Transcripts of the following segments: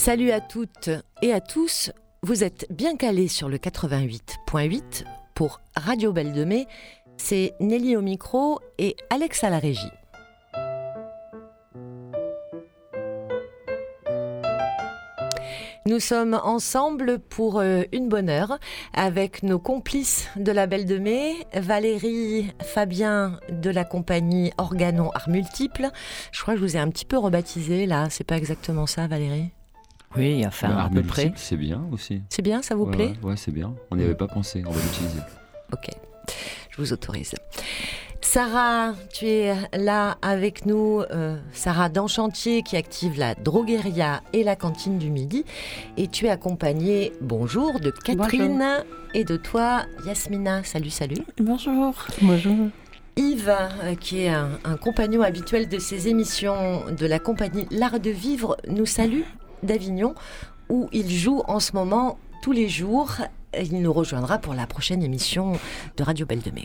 Salut à toutes et à tous, vous êtes bien calés sur le 88.8 pour Radio Belle de Mai. C'est Nelly au micro et Alex à la régie. Nous sommes ensemble pour une bonne heure avec nos complices de la Belle de Mai, Valérie, Fabien de la compagnie Organon Art Multiple. Je crois que je vous ai un petit peu rebaptisé là, c'est pas exactement ça Valérie ? Oui, enfin à peu près. C'est bien aussi. C'est bien, ça vous plaît ? Ouais, c'est bien. On n'y avait pas pensé, on va l'utiliser. Ok, je vous autorise. Sarah, tu es là avec nous, Sarah d'Enchantier qui active la drogueria et la cantine du midi. Et tu es accompagnée, bonjour, de Catherine. Bonjour. Et de toi, Yasmina. Salut. Bonjour. Bonjour. Yves, qui est un compagnon habituel de ces émissions de la compagnie L'Art de Vivre, nous salue d'Avignon, où il joue en ce moment tous les jours. Il nous rejoindra pour la prochaine émission de Radio Belle de Mai.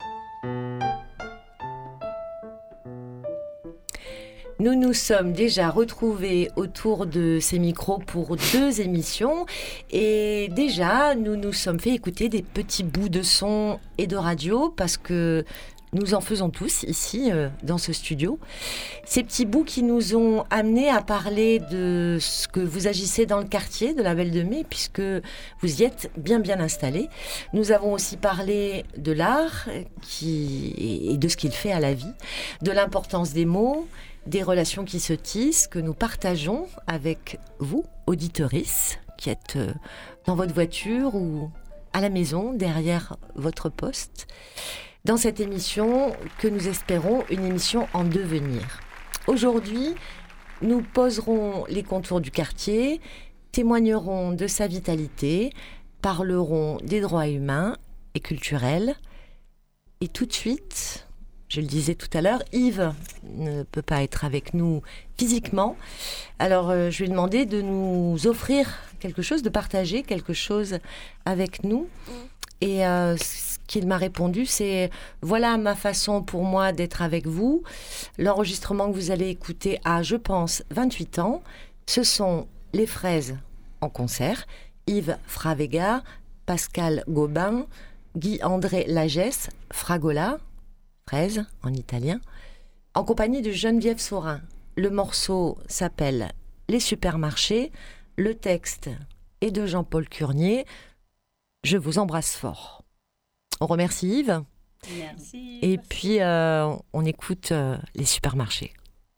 Nous nous sommes déjà retrouvés autour de ces micros pour 2 émissions et déjà nous nous sommes fait écouter des petits bouts de son et de radio parce que nous en faisons tous ici dans ce studio. Ces petits bouts qui nous ont amenés à parler de ce que vous agissez dans le quartier de la Belle de Mai puisque vous y êtes bien installés. Nous avons aussi parlé de l'art et de ce qu'il fait à la vie, de l'importance des mots, des relations qui se tissent, que nous partageons avec vous, auditrices, qui êtes dans votre voiture ou à la maison, derrière votre poste, dans cette émission que nous espérons une émission en devenir. Aujourd'hui, nous poserons les contours du quartier, témoignerons de sa vitalité, parlerons des droits humains et culturels. Et tout de suite, je le disais tout à l'heure, Yves ne peut pas être avec nous physiquement. Alors, je lui ai demandé de nous offrir quelque chose, de partager quelque chose avec nous. Et ce qu'il m'a répondu, c'est « Voilà ma façon pour moi d'être avec vous. L'enregistrement que vous allez écouter a, je pense, 28 ans. Ce sont les Fraises en concert. Yves Fravega, Pascal Gobin, Guy-André Lagesse, Fragola, Fraise en italien, en compagnie de Geneviève Saurin. Le morceau s'appelle « Les supermarchés ». Le texte est de Jean-Paul Curnier. Je vous embrasse fort. On remercie Yves. Merci. Et puis, on écoute les supermarchés.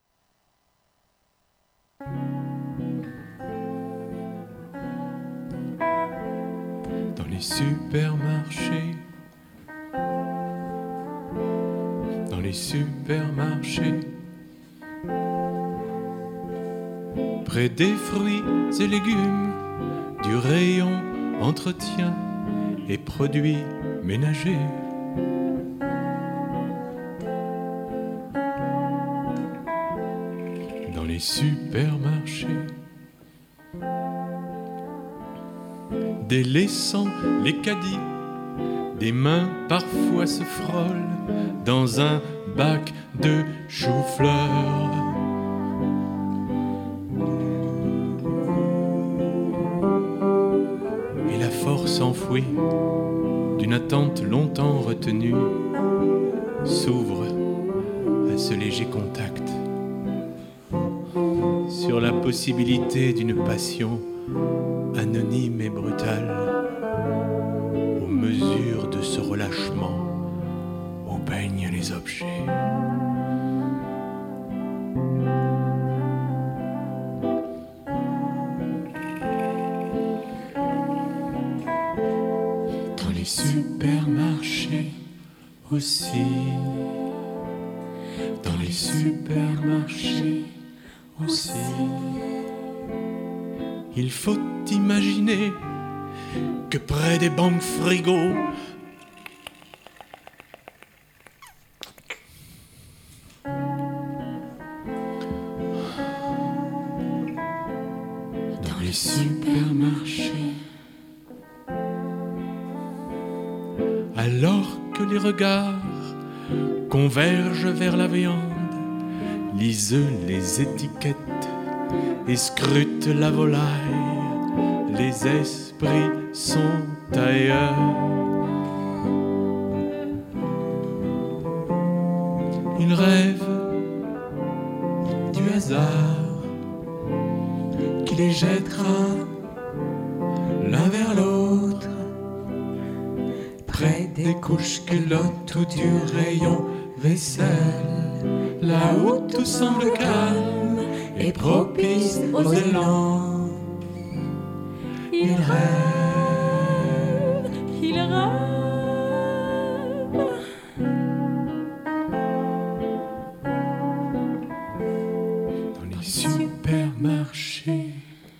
Dans les supermarchés, dans les supermarchés, près des fruits et légumes, du rayon entretien et produits ménagers. Dans les supermarchés, délaissant les caddies, des mains parfois se frôlent dans un bac de chou-fleur. Et la force enfouie d'une attente longtemps retenue s'ouvre à ce léger contact sur la possibilité d'une passion anonyme et brutale aux mesures de ce relâchement où baignent les objets. Dans les supermarchés aussi, dans les supermarchés aussi. Il faut imaginer que près des banques frigo, dans les supermarchés, alors que les regards convergent vers la viande, lisent les étiquettes et scrutent la volaille. Les esprits sont ailleurs. Ils rêvent du hasard qui les jettera l'un vers l'autre, près des couches culottes ou du rayon vaisselle, là où tout semble calme et propice aux élans. Il rêve, il rêve. Dans les supermarchés,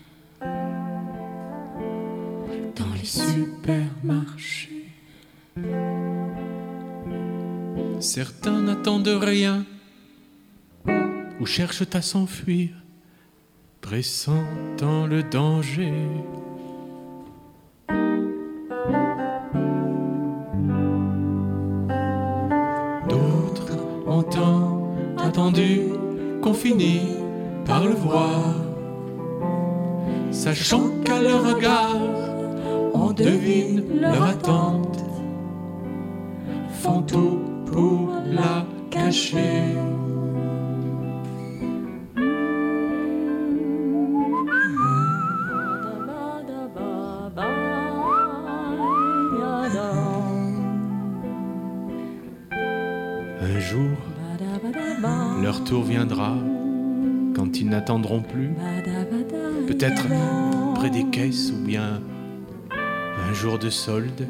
dans les supermarchés, certains n'attendent rien ou cherchent à s'enfuir, pressentant le danger. D'autres ont tant attendu qu'on finit par le voir, sachant qu'à leur regard on devine leur attente, font tout pour la cacher. Un jour, leur tour viendra, quand ils n'attendront plus, peut-être près des caisses ou bien un jour de solde.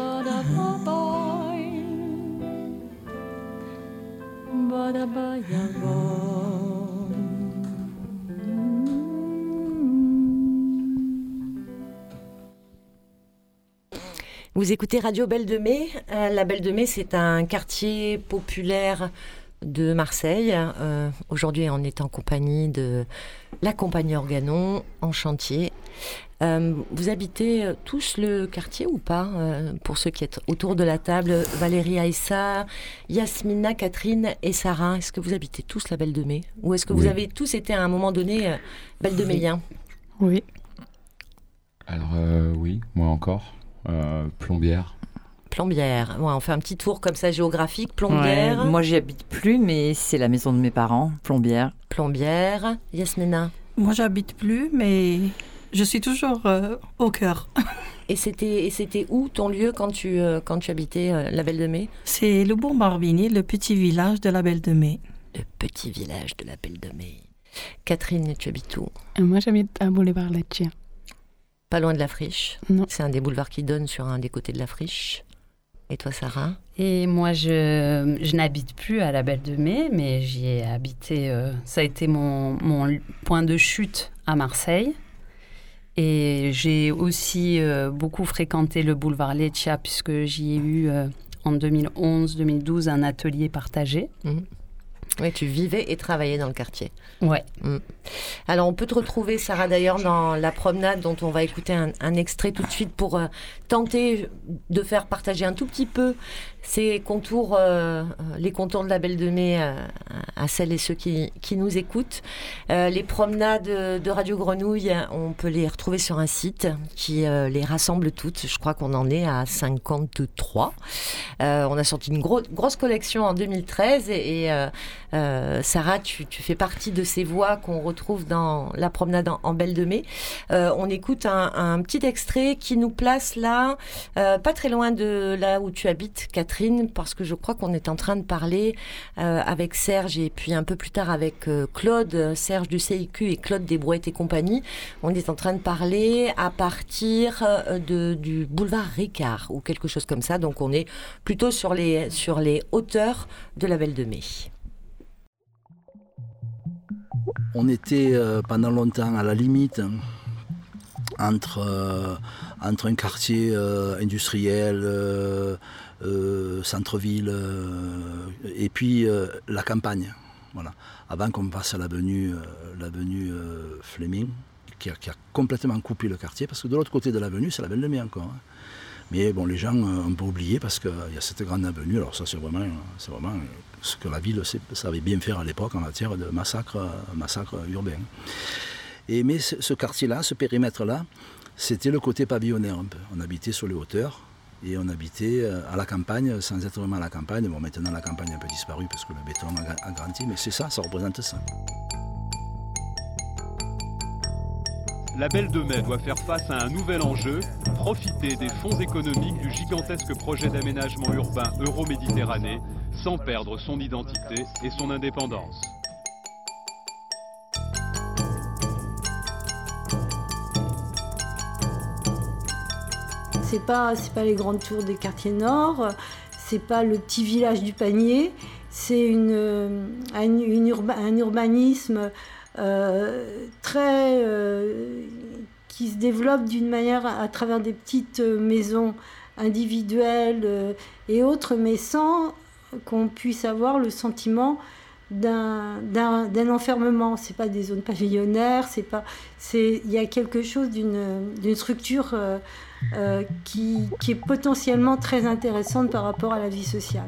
Vous écoutez Radio Belle de Mai. La Belle de Mai, c'est un quartier populaire de Marseille. Aujourd'hui, on est en compagnie de la compagnie Organon en chantier. Vous habitez tous le quartier ou pas? Pour ceux qui êtes autour de la table, Valérie, Aïssa, Yasmina, Catherine et Sarah, est-ce que vous habitez tous la Belle de Mai? Ou est-ce que vous avez tous été à un moment donné Belle de Maiens? Oui. Alors oui, moi encore. Plombières. Plombières. Ouais, on fait un petit tour comme ça géographique. Plombières. Ouais, moi, j'y habite plus, mais c'est la maison de mes parents. Plombières. Plombières. Yasmina. Moi, j'habite plus, mais je suis toujours au cœur. Et c'était où ton lieu quand tu habitais la Belle de Mai? C'est le Bourg-Barbigny, le petit village de la Belle de Mai. Le petit village de la Belle de Mai. Catherine, tu habites où? Moi, j'habite à Boulevard Lecce. Pas loin de la Friche. Non. C'est un des boulevards qui donne sur un des côtés de la Friche. Et toi, Sarah? Et moi, je n'habite plus à la Belle de Mai, mais j'y ai habité. Ça a été mon point de chute à Marseille. Et j'ai aussi beaucoup fréquenté le boulevard Lecce, puisque j'y ai eu en 2011-2012 un atelier partagé. Mmh. Oui, tu vivais et travaillais dans le quartier. Ouais. Alors, on peut te retrouver, Sarah, d'ailleurs, dans la promenade dont on va écouter un extrait tout de suite pour tenter de faire partager un tout petit peu ces contours, les contours de la Belle de Mai à celles et ceux qui nous écoutent. Les promenades de Radio Grenouille, on peut les retrouver sur un site qui les rassemble toutes. Je crois qu'on en est à 53. On a sorti une grosse collection en 2013 et Sarah, tu fais partie de ces voix qu'on retrouve dans la promenade en Belle de Mai. On écoute un petit extrait qui nous place là, pas très loin de là où tu habites, Catherine, parce que je crois qu'on est en train de parler avec Serge et puis un peu plus tard avec Claude, Serge du CIQ et Claude des Brouettes et compagnie. On est en train de parler à partir du boulevard Ricard ou quelque chose comme ça. Donc on est plutôt sur les hauteurs de la Belle de Mai. On était pendant longtemps à la limite entre un quartier industriel, centre-ville, et puis la campagne. Voilà. Avant qu'on passe à l'avenue Fleming, qui a complètement coupé le quartier, parce que de l'autre côté de l'avenue, c'est la Belle de Mai encore. Hein. Mais bon, les gens ont pas oublié parce qu'il y a cette grande avenue. Alors ça, c'est vraiment ce que la ville savait bien faire à l'époque en matière de massacre urbain. Mais ce quartier-là, ce périmètre-là, c'était le côté pavillonnaire un peu. On habitait sur les hauteurs et on habitait à la campagne sans être vraiment à la campagne. Bon, maintenant la campagne a un peu disparu parce que le béton a grandi, mais c'est ça, ça représente ça. La Belle de Mai doit faire face à un nouvel enjeu, profiter des fonds économiques du gigantesque projet d'aménagement urbain Euroméditerranée sans perdre son identité et son indépendance. C'est pas les grandes tours des quartiers nord, c'est pas le petit village du panier, c'est un urbanisme qui se développe d'une manière à travers des petites maisons individuelles et autres, mais sans qu'on puisse avoir le sentiment d'un enfermement. C'est pas des zones pavillonnaires, il y a quelque chose d'une structure qui est potentiellement très intéressante par rapport à la vie sociale.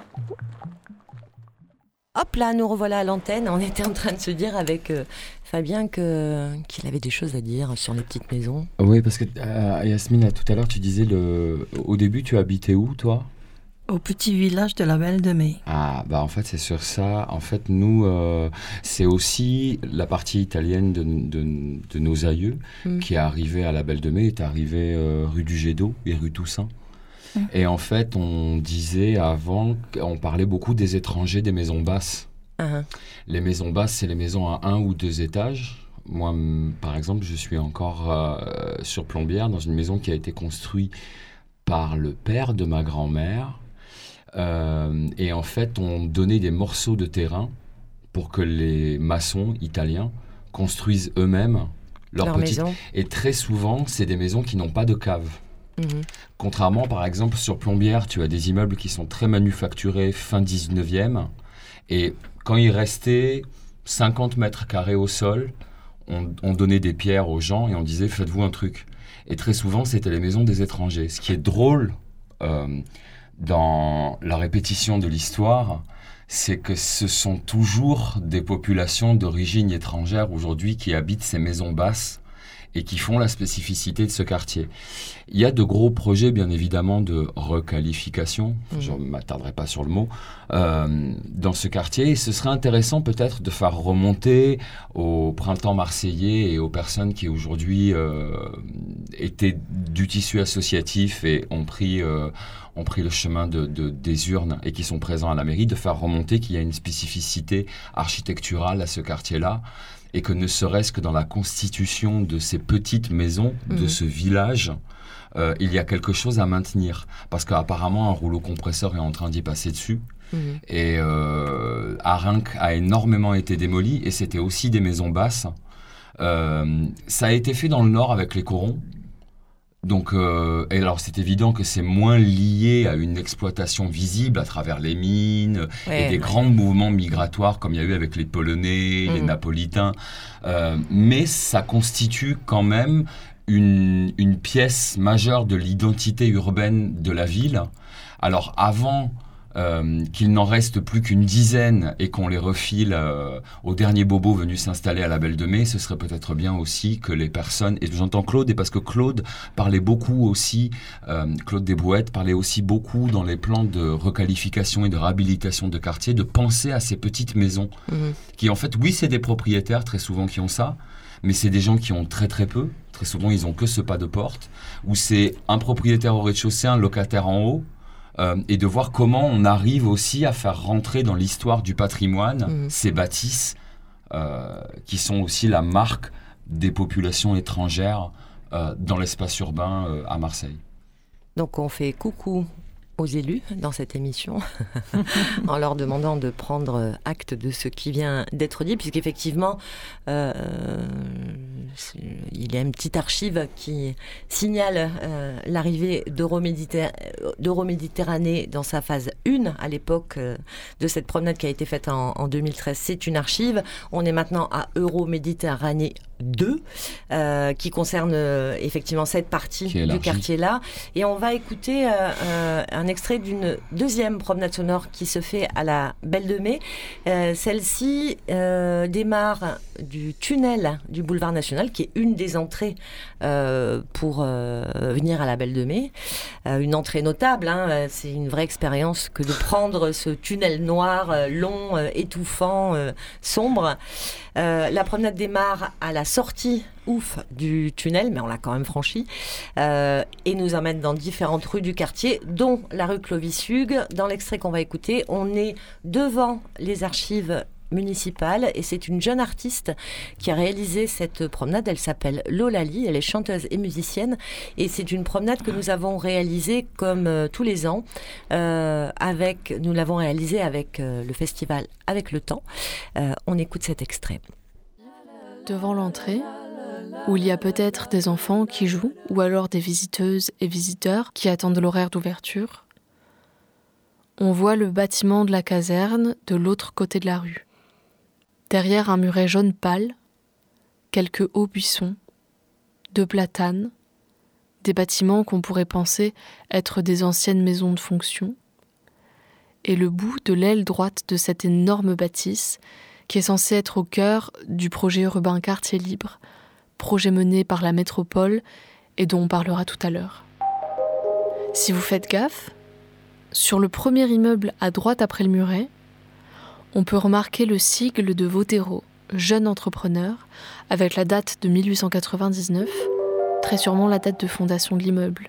Hop là, nous revoilà à l'antenne. On était en train de se dire avec Fabien qu'il avait des choses à dire sur les petites maisons. Oui, parce que Yasmine, tout à l'heure, tu disais, au début, tu habitais où, toi ? Au petit village de la Belle de Mai. Ah, bah en fait, c'est sur ça. En fait, nous, c'est aussi la partie italienne de nos aïeux qui est arrivée à la Belle de Mai, est arrivée rue du Jet d'Eau et rue Toussaint. Et en fait, on disait avant, on parlait beaucoup des étrangers des maisons basses. Les maisons basses, c'est les maisons à 1 ou 2 étages. Moi, par exemple, je suis encore sur Plombières, dans une maison qui a été construite par le père de ma grand-mère. Et en fait, on donnait des morceaux de terrain pour que les maçons italiens construisent eux-mêmes leur petite maison. Et très souvent, c'est des maisons qui n'ont pas de cave. Contrairement, par exemple, sur Plombières, tu as des immeubles qui sont très manufacturés fin 19e. Et quand il restait 50 mètres carrés au sol, on donnait des pierres aux gens et on disait « faites-vous un truc ». Et très souvent, c'était les maisons des étrangers. Ce qui est drôle dans la répétition de l'histoire, c'est que ce sont toujours des populations d'origine étrangère aujourd'hui qui habitent ces maisons basses et qui font la spécificité de ce quartier. Il y a de gros projets, bien évidemment, de requalification, je ne m'attarderai pas sur le mot, dans ce quartier. Et ce serait intéressant peut-être de faire remonter au printemps marseillais et aux personnes qui aujourd'hui étaient du tissu associatif et ont pris le chemin des urnes et qui sont présents à la mairie, de faire remonter qu'il y a une spécificité architecturale à ce quartier-là, et que ne serait-ce que dans la constitution de ces petites maisons, de ce village, il y a quelque chose à maintenir. Parce qu'apparemment, un rouleau compresseur est en train d'y passer dessus. Et Arinque a énormément été démoli, et c'était aussi des maisons basses. Ça a été fait dans le Nord avec les corons. Donc, et alors c'est évident que c'est moins lié à une exploitation visible à travers les mines et des grands mouvements migratoires comme il y a eu avec les Polonais, les Napolitains. Mais ça constitue quand même une pièce majeure de l'identité urbaine de la ville. Alors avant qu'il n'en reste plus qu'une dizaine et qu'on les refile aux derniers bobos venus s'installer à la Belle de Mai, ce serait peut-être bien aussi que les personnes, et j'entends Claude, et parce que Claude parlait beaucoup aussi, Claude Desbrouettes parlait aussi beaucoup dans les plans de requalification et de réhabilitation de quartier, de penser à ces petites maisons, qui en fait, oui, c'est des propriétaires très souvent qui ont ça, mais c'est des gens qui ont très très peu, très souvent ils ont que ce pas de porte, où c'est un propriétaire au rez-de-chaussée, un locataire en haut, et de voir comment on arrive aussi à faire rentrer dans l'histoire du patrimoine ces bâtisses qui sont aussi la marque des populations étrangères dans l'espace urbain à Marseille. Donc on fait coucou aux élus dans cette émission en leur demandant de prendre acte de ce qui vient d'être dit, puisqu'effectivement il y a une petite archive qui signale l'arrivée d'Euroméditerranée dans sa phase 1 à l'époque de cette promenade qui a été faite en 2013. C'est une archive. On est maintenant à Euroméditerranée 2, qui concerne effectivement cette partie du quartier-là. Et on va écouter un extrait d'une deuxième promenade sonore qui se fait à la Belle de Mai. Celle-ci démarre du tunnel du boulevard National, qui est une des entrées pour venir à la Belle de Mai. Une entrée notable, hein, c'est une vraie expérience que de prendre ce tunnel noir, long, étouffant, sombre. La promenade démarre à la sortie du tunnel, mais on l'a quand même franchi, et nous emmène dans différentes rues du quartier, dont la rue Clovis-Hugues. Dans l'extrait qu'on va écouter, on est devant les archives municipales et c'est une jeune artiste qui a réalisé cette promenade. Elle s'appelle Lola Lee, elle est chanteuse et musicienne et c'est une promenade que nous avons réalisée comme tous les ans nous l'avons réalisée avec le festival Avec le Temps. On écoute cet extrait. Devant l'entrée, où il y a peut-être des enfants qui jouent ou alors des visiteuses et visiteurs qui attendent l'horaire d'ouverture, on voit le bâtiment de la caserne de l'autre côté de la rue. Derrière un muret jaune pâle, quelques hauts buissons, 2 platanes, des bâtiments qu'on pourrait penser être des anciennes maisons de fonction, et le bout de l'aile droite de cette énorme bâtisse qui est censée être au cœur du projet urbain Quartier Libre, projet mené par la métropole et dont on parlera tout à l'heure. Si vous faites gaffe, sur le premier immeuble à droite après le muret, on peut remarquer le sigle de Vautero, jeune entrepreneur, avec la date de 1899, très sûrement la date de fondation de l'immeuble.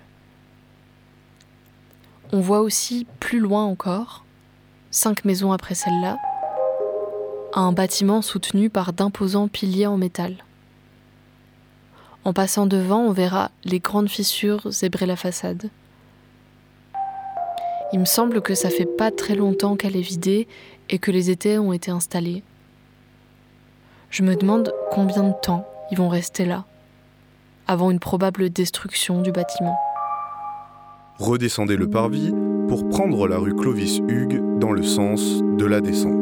On voit aussi, plus loin encore, 5 maisons après celle-là, un bâtiment soutenu par d'imposants piliers en métal. En passant devant, on verra les grandes fissures zébrer la façade. Il me semble que ça fait pas très longtemps qu'elle est vidée et que les étais ont été installés. Je me demande combien de temps ils vont rester là, avant une probable destruction du bâtiment. Redescendez le parvis pour prendre la rue Clovis-Hugues dans le sens de la descente.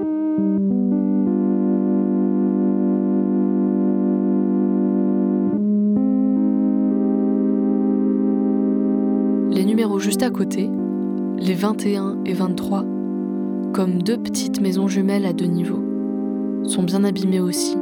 Les numéros juste à côté, les 21 et 23, comme 2 petites maisons jumelles à 2 niveaux, sont bien abîmées aussi.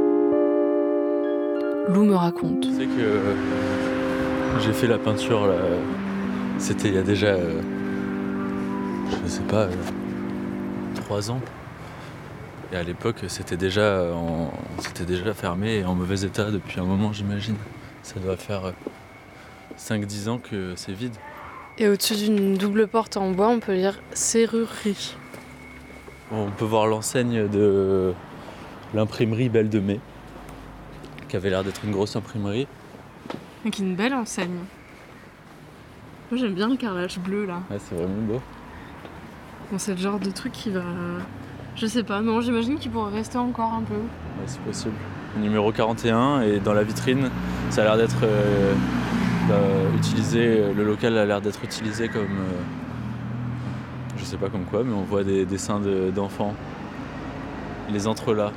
Lou me raconte. C'est que j'ai fait la peinture, là, c'était il y a déjà, je sais pas, 3 ans. Et à l'époque, c'était déjà fermé et en mauvais état depuis un moment, j'imagine. Ça doit faire 5-10 ans que c'est vide. Et au-dessus d'une double porte en bois, on peut lire « Serrurerie ». On peut voir l'enseigne de l'imprimerie Belle de Mai, qui avait l'air d'être une grosse imprimerie. Avec une belle enseigne. Moi j'aime bien le carrelage bleu là. Ouais, c'est vraiment beau. Bon, c'est le genre de truc qui va... Je sais pas, non, j'imagine qu'il pourrait rester encore un peu. Ouais, c'est possible. Numéro 41, et dans la vitrine, ça a l'air d'être utilisé, le local a l'air d'être utilisé comme... je sais pas comme quoi, mais on voit des dessins d'enfants. Les entrelacs.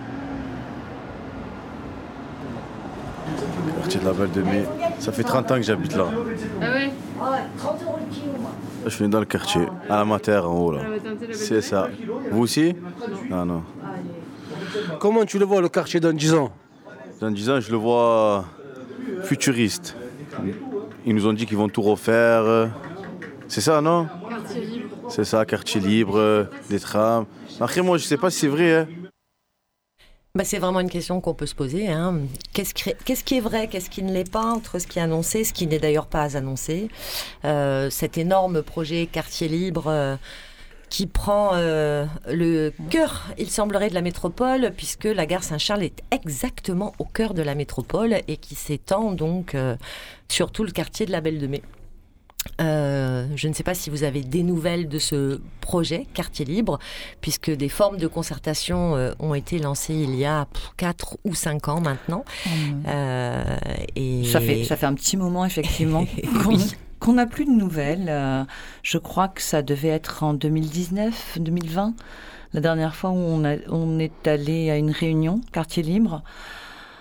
Quartier de la Belle de Mai. Ça fait 30 ans que j'habite là. Ah ouais? Je suis dans le quartier, à la Mater en haut là. C'est ça. Vous aussi? Non, non. Comment tu le vois le quartier dans 10 ans? Dans 10 ans, je le vois futuriste. Ils nous ont dit qu'ils vont tout refaire. C'est ça, non? Quartier libre. C'est ça, quartier libre, des trams. Après, moi, je sais pas si c'est vrai. Hein. Bah, c'est vraiment une question qu'on peut se poser. Hein. Qu'est-ce qui est vrai, qu'est-ce qui ne l'est pas, entre ce qui est annoncé, ce qui n'est d'ailleurs pas annoncé. Cet énorme projet quartier libre qui prend le cœur, il semblerait, de la métropole, puisque la gare Saint-Charles est exactement au cœur de la métropole et qui s'étend donc sur tout le quartier de la Belle de Mai. Je ne sais pas si vous avez des nouvelles de ce projet Quartier Libre, puisque des formes de concertation ont été lancées il y a 4 ou 5 ans maintenant. Et... Ça fait un petit moment, effectivement, qu'on n'a plus de nouvelles. Je crois que ça devait être en 2019, 2020, la dernière fois où on est allé à une réunion Quartier Libre.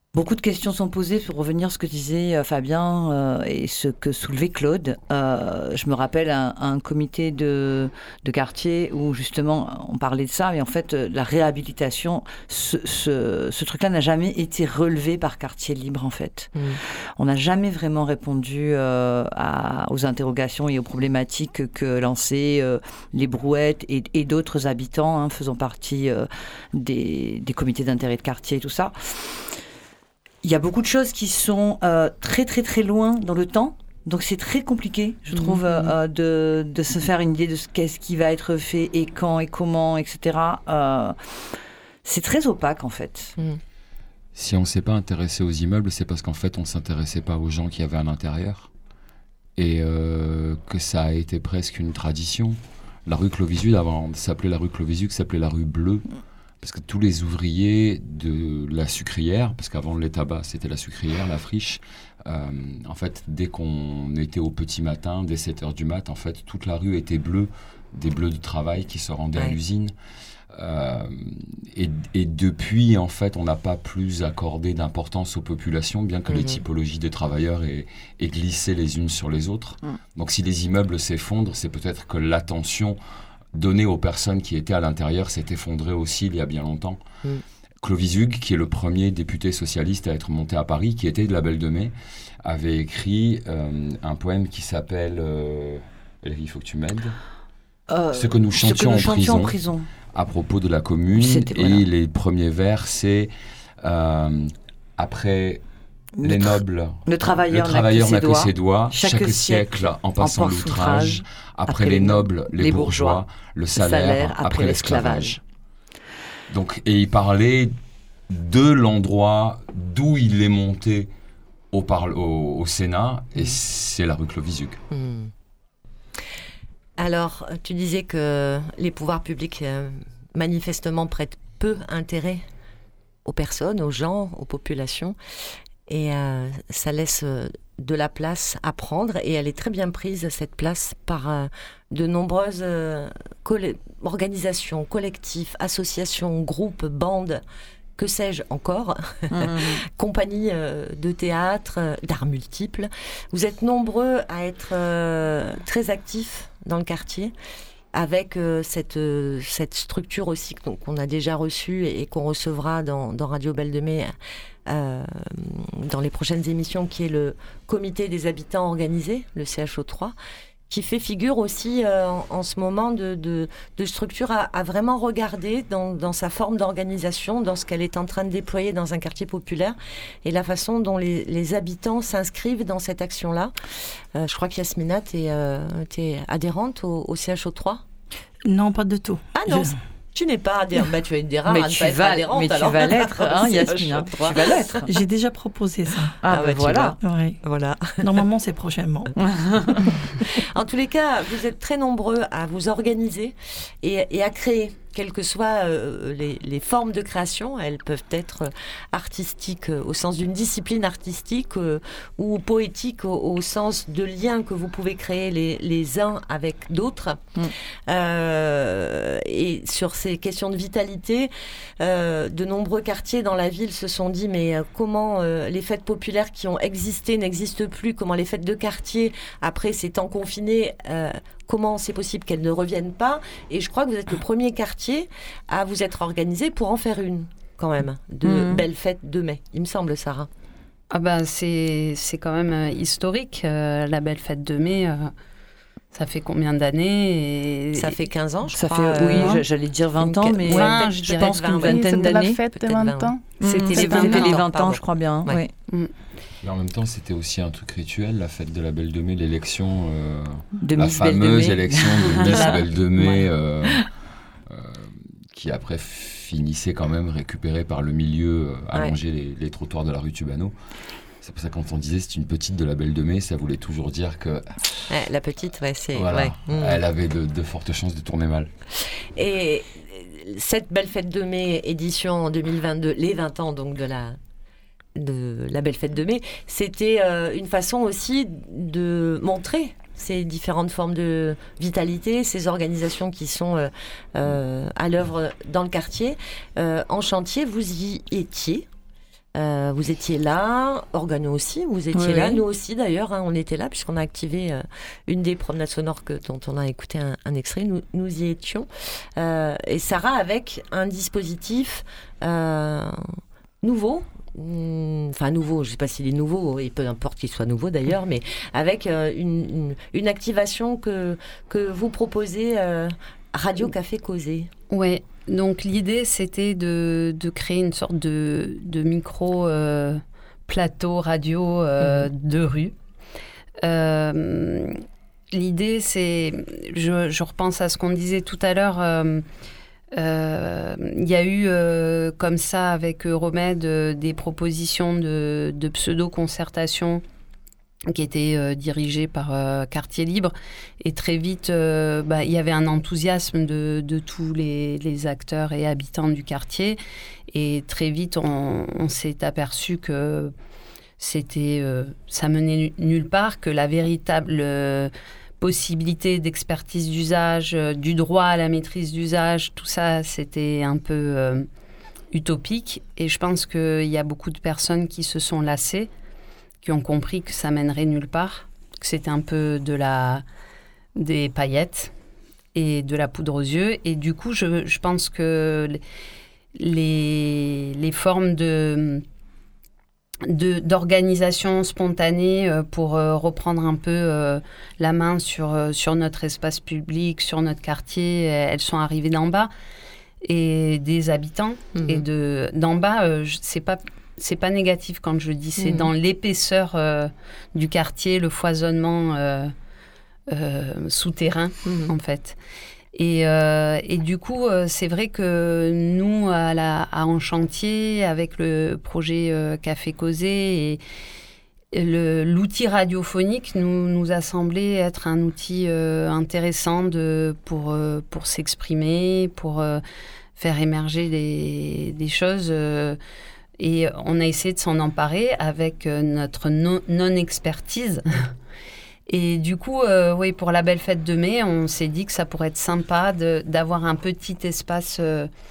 Beaucoup de questions sont posées pour revenir à ce que disait Fabien et ce que soulevait Claude. Je me rappelle un comité de quartier où justement on parlait de ça, mais en fait la réhabilitation, ce truc-là n'a jamais été relevé par Quartier Libre en fait. On n'a jamais vraiment répondu aux interrogations et aux problématiques que lançaient les Brouettes et d'autres habitants faisant partie des comités d'intérêt de quartier et tout ça. Il y a beaucoup de choses qui sont très très très loin dans le temps, donc c'est très compliqué, je trouve, de se faire une idée de qu'est-ce qui va être fait et quand et comment, etc. C'est très opaque en fait. Si on ne s'est pas intéressé aux immeubles, c'est parce qu'en fait on ne s'intéressait pas aux gens qui avaient à l'intérieur et que ça a été presque une tradition. La rue Clovis-Hugues, avant de s'appeler la rue Clovis-Hugues, s'appelait la rue Bleue. Parce que tous les ouvriers de la sucrière, parce qu'avant les tabacs c'était la sucrière, la friche, en fait dès qu'on était au petit matin, dès 7h du mat, en fait toute la rue était bleue, des bleus de travail qui se rendaient à l'usine. Et depuis en fait on n'a pas plus accordé d'importance aux populations, bien que les typologies des travailleurs aient glissé les unes sur les autres. Donc si les immeubles s'effondrent, c'est peut-être que l'attention donnée aux personnes qui étaient à l'intérieur s'est effondrée aussi il y a bien longtemps. Clovis Hugues, qui est le premier député socialiste à être monté à Paris, qui était de la Belle de Mai, avait écrit un poème qui s'appelle il faut que tu m'aides. Ce que nous chantions en prison, à propos de la commune. Et les premiers vers, c'est après les nobles, le travailleur n'a que ses doigts, chaque siècle en passant l'outrage, après les nobles, les bourgeois, le salaire, après l'esclavage. Donc, et il parlait de l'endroit d'où il est monté au Sénat, et c'est la rue Clovis-Hugues. Alors, tu disais que les pouvoirs publics, manifestement, prêtent peu intérêt aux personnes, aux gens, aux populations. Et ça laisse de la place à prendre. Et elle est très bien prise, cette place, par de nombreuses organisations, collectifs, associations, groupes, bandes, que sais-je encore, compagnies de théâtre, d'arts multiples. Vous êtes nombreux à être très actifs dans le quartier, avec cette structure aussi qu'on a déjà reçue et qu'on recevra dans Radio Belle de Mai dans les prochaines émissions, qui est le comité des habitants organisés, le CHO3, qui fait figure aussi en ce moment de structure à vraiment regarder dans sa forme d'organisation, dans ce qu'elle est en train de déployer dans un quartier populaire, et la façon dont les habitants s'inscrivent dans cette action-là. Je crois qu'Yasmina, tu es adhérente au CHO3 ? Non, pas du tout. Ah non, tu n'es pas adhérente. Bah, tu es une des rares à ne pas être adhérente. Mais tu vas l'être, Yasmina. Tu vas l'être. J'ai déjà proposé ça. Ah bah voilà. Oui. Voilà. Normalement, c'est prochainement. En tous les cas, vous êtes très nombreux à vous organiser et à créer. Quelles que soient les formes de création, elles peuvent être artistiques au sens d'une discipline artistique ou poétique au sens de liens que vous pouvez créer les uns avec d'autres. Et sur ces questions de vitalité, de nombreux quartiers dans la ville se sont dit mais comment les fêtes populaires qui ont existé n'existent plus, comment les fêtes de quartier, après ces temps confinés, comment c'est possible qu'elles ne reviennent pas. Et je crois que vous êtes le premier quartier à vous être organisé pour en faire une, quand même, de belles fêtes de mai, il me semble, Sarah. Ah bah c'est quand même historique, la belle fête de mai. Ça fait combien d'années Ça fait 15 ans, je crois. Ça fait, oui, j'allais dire 20 ans, mais je pense qu'une vingtaine d'années. La fête de 20 ans. C'était les 20 ans, je crois bien. Ouais. Oui. Et en même temps, c'était aussi un truc rituel, la fête de la Belle de Mai, l'élection, de la Miss fameuse élection de Miss Belle de Mai, qui après finissait quand même récupérée par le milieu à longer les trottoirs de la rue Tubano. C'est pour ça que quand on disait c'est une petite de la Belle de Mai, ça voulait toujours dire que... la petite, c'est... Voilà, elle avait de fortes chances de tourner mal. Et cette Belle Fête de Mai, édition 2022, les 20 ans donc de la Belle Fête de Mai, c'était une façon aussi de montrer ces différentes formes de vitalité, ces organisations qui sont à l'œuvre dans le quartier. En chantier, vous y étiez. Vous étiez là, Organo aussi, vous étiez là, nous aussi d'ailleurs, on était là puisqu'on a activé une des promenades sonores dont on a écouté un extrait, nous y étions. Et Sarah avec un dispositif nouveau, nouveau, je ne sais pas s'il est nouveau, et peu importe qu'il soit nouveau d'ailleurs, mais avec une activation que vous proposez Radio Café Causé. Oui. Donc l'idée, c'était de créer une sorte de micro-plateau radio de rue. L'idée, c'est... Je repense à ce qu'on disait tout à l'heure. Il y a eu, comme ça, avec Euromède, des propositions de pseudo-concertation qui était dirigé par Quartier Libre. Et très vite, il y avait un enthousiasme de tous les acteurs et habitants du quartier. Et très vite, on s'est aperçu que ça menait nulle part, que la véritable possibilité d'expertise d'usage, du droit à la maîtrise d'usage, tout ça, c'était un peu utopique. Et je pense qu'il y a beaucoup de personnes qui se sont lassées, qui ont compris que ça mènerait nulle part, que c'était un peu des paillettes et de la poudre aux yeux. Et du coup, je pense que les formes d'organisation spontanée pour reprendre un peu la main sur notre espace public, sur notre quartier, elles sont arrivées d'en bas. Et des habitants, et d'en bas, c'est pas négatif quand je dis, c'est dans l'épaisseur du quartier, le foisonnement souterrain, en fait. Et du coup, c'est vrai que nous, à En Chantier, avec le projet Café Causé, et l'outil radiophonique nous a semblé être un outil intéressant pour s'exprimer, pour faire émerger des choses. Et on a essayé de s'en emparer avec notre non-expertise. Et du coup, pour la belle fête de mai, on s'est dit que ça pourrait être sympa d'avoir un petit espace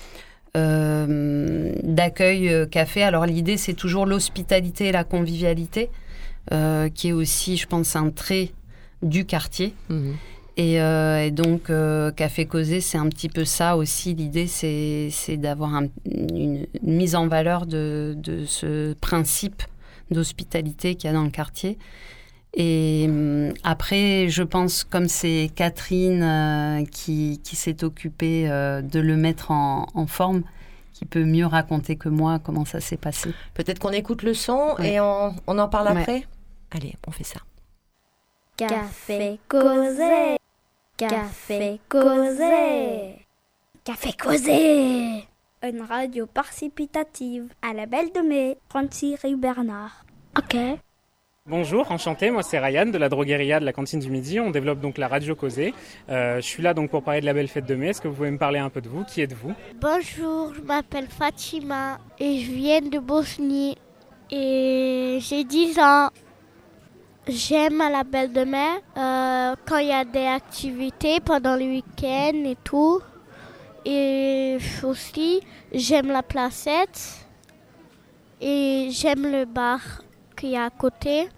d'accueil café. Alors l'idée, c'est toujours l'hospitalité et la convivialité, qui est aussi, je pense, un trait du quartier. Et donc, Café Causé, c'est un petit peu ça aussi. L'idée, c'est d'avoir une mise en valeur de ce principe d'hospitalité qu'il y a dans le quartier. Et après, je pense, comme c'est Catherine qui s'est occupée de le mettre en forme, qui peut mieux raconter que moi comment ça s'est passé. Peut-être qu'on écoute le son et on en parle après. Allez, on fait ça. Café Causé. Café Causé. Café Causé. Une radio participative à la Belle de Mai, 36 rue Bernard. Ok. Bonjour, enchanté, moi c'est Ryan de la drogueria de la cantine du midi. On développe donc la radio Causé. Je suis là donc pour parler de la belle fête de mai. Est-ce que vous pouvez me parler un peu de vous? Qui êtes-vous? Bonjour, je m'appelle Fatima et je viens de Bosnie et j'ai 10 ans. J'aime la belle de mai quand il y a des activités pendant le week-end et tout. Et aussi, j'aime la placette et j'aime le bar qu'il y a à côté.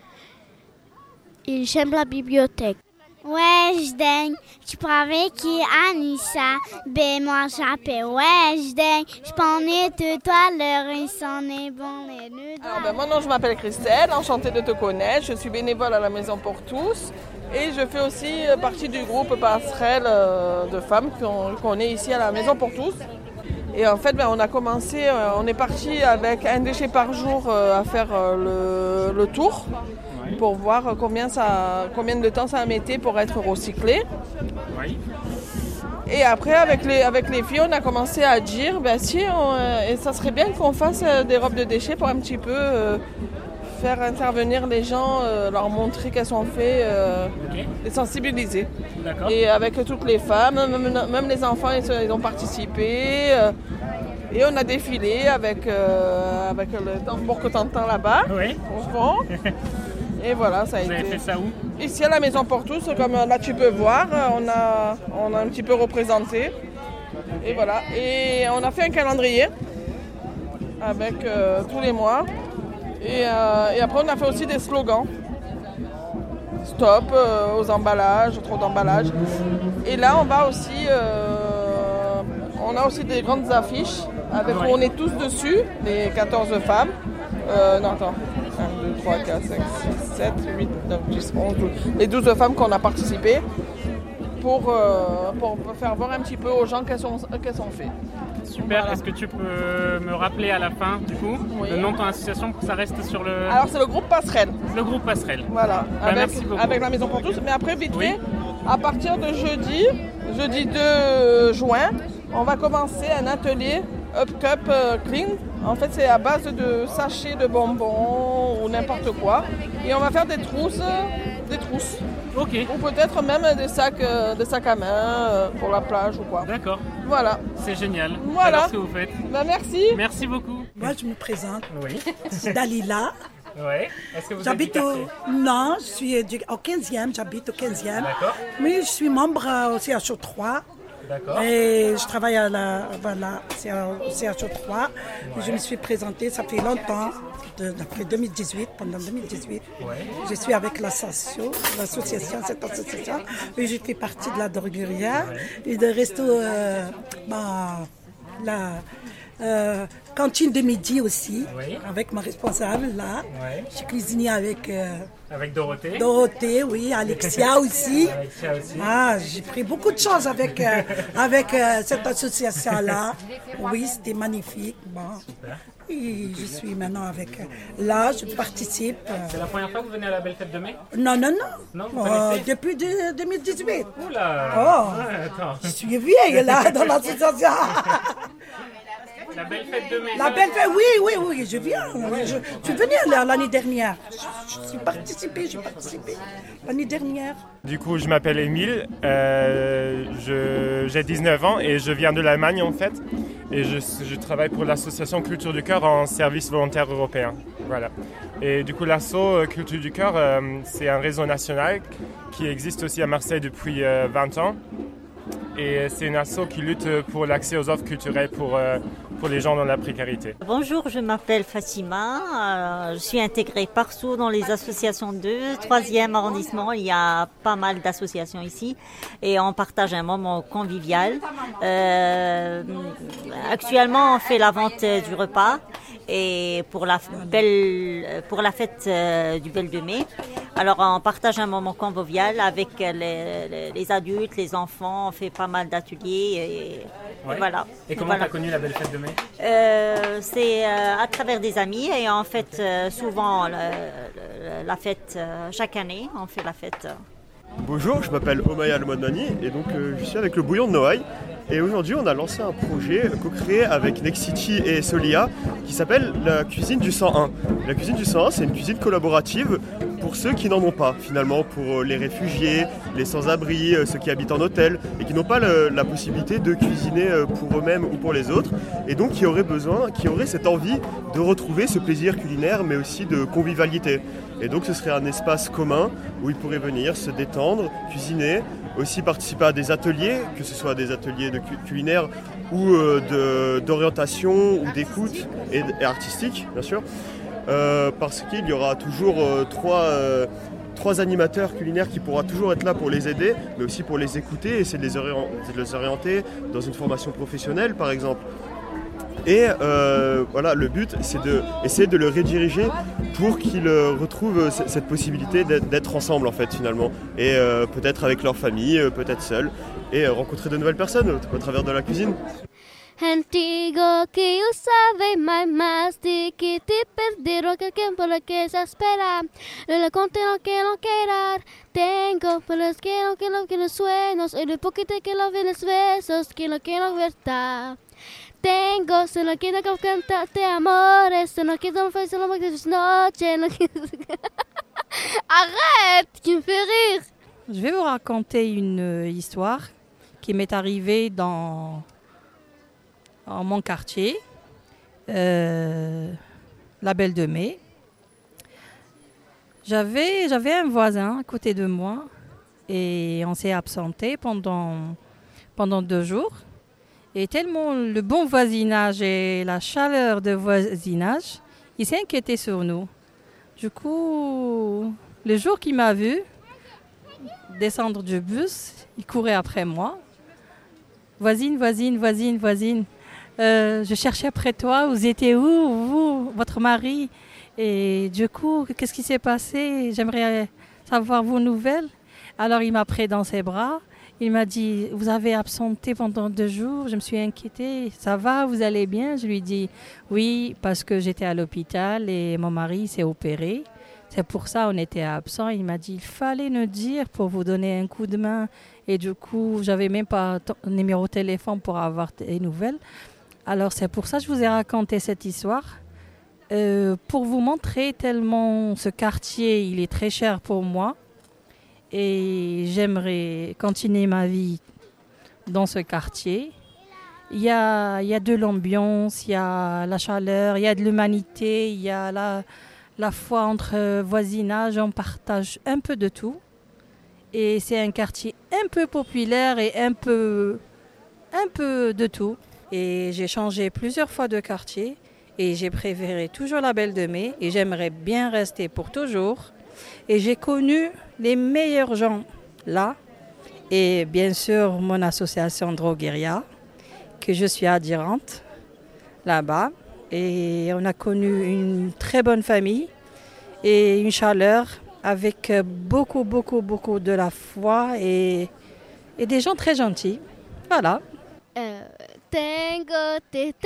Et j'aime la bibliothèque. Wejdeń, ci powieki Anissa, by moi j'appelle Wejdeń, je connais tout toi leur ils sont bons les deux. Mon nom je m'appelle Christelle, enchantée de te connaître, je suis bénévole à la Maison pour tous et je fais aussi partie du groupe Passerelle de femmes qu'on est ici à la Maison pour tous. Et en fait, on a commencé, on est parti avec un déchet par jour à faire le tour pour voir combien de temps ça mettait pour être recyclé. Oui. Et après, avec les filles, on a commencé à dire, et ça serait bien qu'on fasse des robes de déchets pour un petit peu faire intervenir les gens, leur montrer qu'elles sont faites, les sensibiliser. D'accord. Et avec toutes les femmes, même les enfants, ils ont participé. Et on a défilé avec le tambour que tu entends là-bas, au fond. Et voilà, ça a été... Vous avez fait ça où? Ici à la Maison pour tous, comme là tu peux voir, on a un petit peu représenté. Et voilà, et on a fait un calendrier avec tous les mois. Et après, on a fait aussi des slogans. Stop aux emballages, trop d'emballages. Et là, on va aussi... on a aussi des grandes affiches avec où on est tous dessus, les 14 femmes. Non, attends. 1, 2, 3, 4, 5, 6, 7, 8, 9, 10, 11, 12. Les 12 femmes qu'on a participé pour faire voir un petit peu aux gens qu'elles sont faites. Super, Voilà. Est-ce que tu peux me rappeler à la fin, du coup, le nom de ton association pour que ça reste sur le... Alors c'est le groupe Passerelle. Le groupe Passerelle. Voilà, Merci beaucoup. avec la Maison pour tous. Mais après, vite fait, à partir de jeudi 2 juin, on va commencer un atelier Up Cup Clean. En fait, c'est à base de sachets de bonbons ou n'importe quoi. Et on va faire des trousses. Ok. Ou peut-être même des sacs à main pour la plage ou quoi. D'accord. Voilà. C'est génial. Voilà. J'adore ce que vous faites. Bah, merci. Merci beaucoup. Moi, je me présente. Oui. Dalila. Ouais. Est-ce que vous J'habite êtes Non, je suis au 15e, j'habite au 15e. D'accord. Mais je suis membre au CHO3. D'accord. Et je travaille à au CHO3. Je me suis présentée, ça fait longtemps, depuis 2018, pendant 2018. Ouais. Je suis avec cette association. Et je fais partie de la drogueria et de resto, cantine de midi aussi, avec ma responsable là. Ouais. Je cuisinais avec Dorothée. Dorothée, oui, Alexia aussi. Alexia aussi. Ah, j'ai pris beaucoup de choses avec cette association-là. Oui, c'était magnifique. Bon. Super. Et je suis maintenant avec... Là, je participe. C'est la première fois que vous venez à la Belle Fête de Mai? Non. Non, vous connaissez? Depuis 2018. Oula. Oh, Attends. je suis vieille là, dans l'association. La Belle Fête de Mai. La Belle Fête, oui, je viens. Je suis venue l'année dernière. J'ai participé l'année dernière. Du coup, je m'appelle Émile, j'ai 19 ans et je viens de l'Allemagne en fait. Et je travaille pour l'association Culture du Cœur en service volontaire européen. Voilà. Et du coup, l'asso Culture du Cœur, c'est un réseau national qui existe aussi à Marseille depuis 20 ans. Et c'est une asso qui lutte pour l'accès aux offres culturelles pour les gens dans la précarité. Bonjour, je m'appelle Fatima. Je suis intégrée partout dans les associations de 3e arrondissement. Il y a pas mal d'associations ici et on partage un moment convivial. Actuellement, on fait la vente du repas et pour la fête du Belle de Mai. Alors, on partage un moment convivial avec les adultes, les enfants. On fait pas mal d'ateliers et voilà. Et comment tu as connu la Belle Fête de Mai? C'est à travers des amis et en fait souvent la fête chaque année on fait la fête. Bonjour, je m'appelle Omaya Almodnani et donc je suis avec le Bouillon de Noailles. Et aujourd'hui, on a lancé un projet co-créé avec Nexity et Solia qui s'appelle la cuisine du 101. La cuisine du 101, c'est une cuisine collaborative pour ceux qui n'en ont pas, finalement, pour les réfugiés, les sans-abri, ceux qui habitent en hôtel et qui n'ont pas la possibilité de cuisiner pour eux-mêmes ou pour les autres. Et donc, qui auraient cette envie de retrouver ce plaisir culinaire, mais aussi de convivialité. Et donc, ce serait un espace commun où ils pourraient venir se détendre, cuisiner, aussi participer à des ateliers, que ce soit des ateliers de culinaire ou d'orientation ou d'écoute et artistique, bien sûr, parce qu'il y aura toujours trois animateurs culinaires qui pourront toujours être là pour les aider, mais aussi pour les écouter, essayer de les orienter dans une formation professionnelle, par exemple. Et voilà, le but, c'est d'essayer de le rediriger pour qu'ils retrouvent cette possibilité d'être ensemble, en fait, finalement. Et peut-être avec leur famille, peut-être seuls, et rencontrer de nouvelles personnes au travers de la cuisine. Antigo que yo sabe más de que te perdieron que el tiempo lo que se espera. No le conté lo que no quiero. Tengo por los que no quiero sueños. Y de poquito que lo ven los besos que no quiero verdad. Tengo, se no quiero cantarte amores. Se no quiero ofrecer lo que es noche. No quiero... Arrête, tu me fais rire. Je vais vous raconter une histoire qui m'est arrivée dans mon quartier, la Belle de Mai. J'avais un voisin à côté de moi et on s'est absenté pendant 2 jours. Et tellement le bon voisinage et la chaleur de voisinage, il s'est inquiété sur nous. Du coup, le jour qu'il m'a vu descendre du bus, il courait après moi. Voisine, voisine, voisine, voisine. Je cherchais après toi, vous étiez où, vous, votre mari? Et du coup, qu'est-ce qui s'est passé? J'aimerais savoir vos nouvelles. Alors il m'a pris dans ses bras. Il m'a dit, vous avez absenté pendant 2 jours, je me suis inquiétée. Ça va, vous allez bien? Je lui ai dit, oui, parce que j'étais à l'hôpital et mon mari s'est opéré. C'est pour ça qu'on était absent. Il m'a dit, il fallait nous dire pour vous donner un coup de main. Et du coup, j'avais même pas numéro de téléphone pour avoir des nouvelles. Alors c'est pour ça que je vous ai raconté cette histoire. Pour vous montrer tellement ce quartier, il est très cher pour moi. Et j'aimerais continuer ma vie dans ce quartier. Il y a de l'ambiance, il y a la chaleur, il y a de l'humanité, il y a la foi entre voisinage, on partage un peu de tout. Et c'est un quartier un peu populaire et un peu de tout. Et j'ai changé plusieurs fois de quartier et j'ai préféré toujours la Belle de Mai et j'aimerais bien rester pour toujours. Et j'ai connu les meilleurs gens là. Et bien sûr, mon association Drogueria, que je suis adhérente là-bas. Et on a connu une très bonne famille et une chaleur avec beaucoup de la foi et des gens très gentils. Voilà. Tengo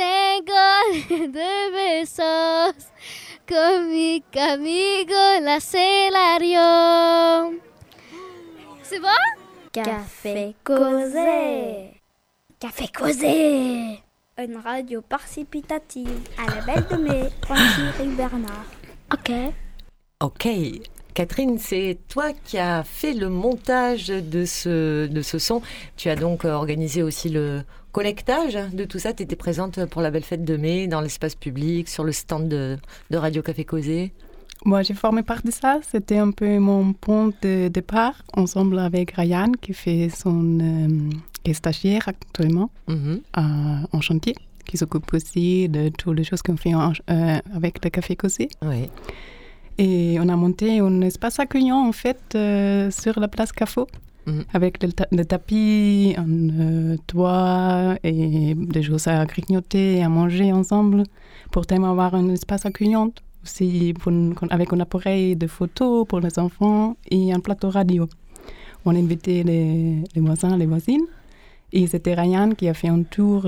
de besos con mi amigo la Celario. C'est bon? Café Causé. Café Causé. Une radio participative à la Belle de Mai, Thierry Bernard. Ok. Catherine, c'est toi qui as fait le montage de ce son. Tu as donc organisé aussi le collectage de tout ça. Tu étais présente pour la Belle Fête de Mai, dans l'espace public, sur le stand de Radio Café Causé. Moi, j'ai formé part de ça. C'était un peu mon point de départ, ensemble avec Ryan, qui fait qui est stagiaire actuellement en chantier, qui s'occupe aussi de toutes les choses qu'on fait avec le Café Causé. Oui. Et on a monté un espace accueillant, en fait, sur la place Cafo, avec le tapis, un toit et des choses à grignoter et à manger ensemble, pour tellement avoir un espace accueillant, aussi avec un appareil de photos pour les enfants et un plateau radio. On a invité les voisins, les voisines, et c'était Ryan qui a fait un tour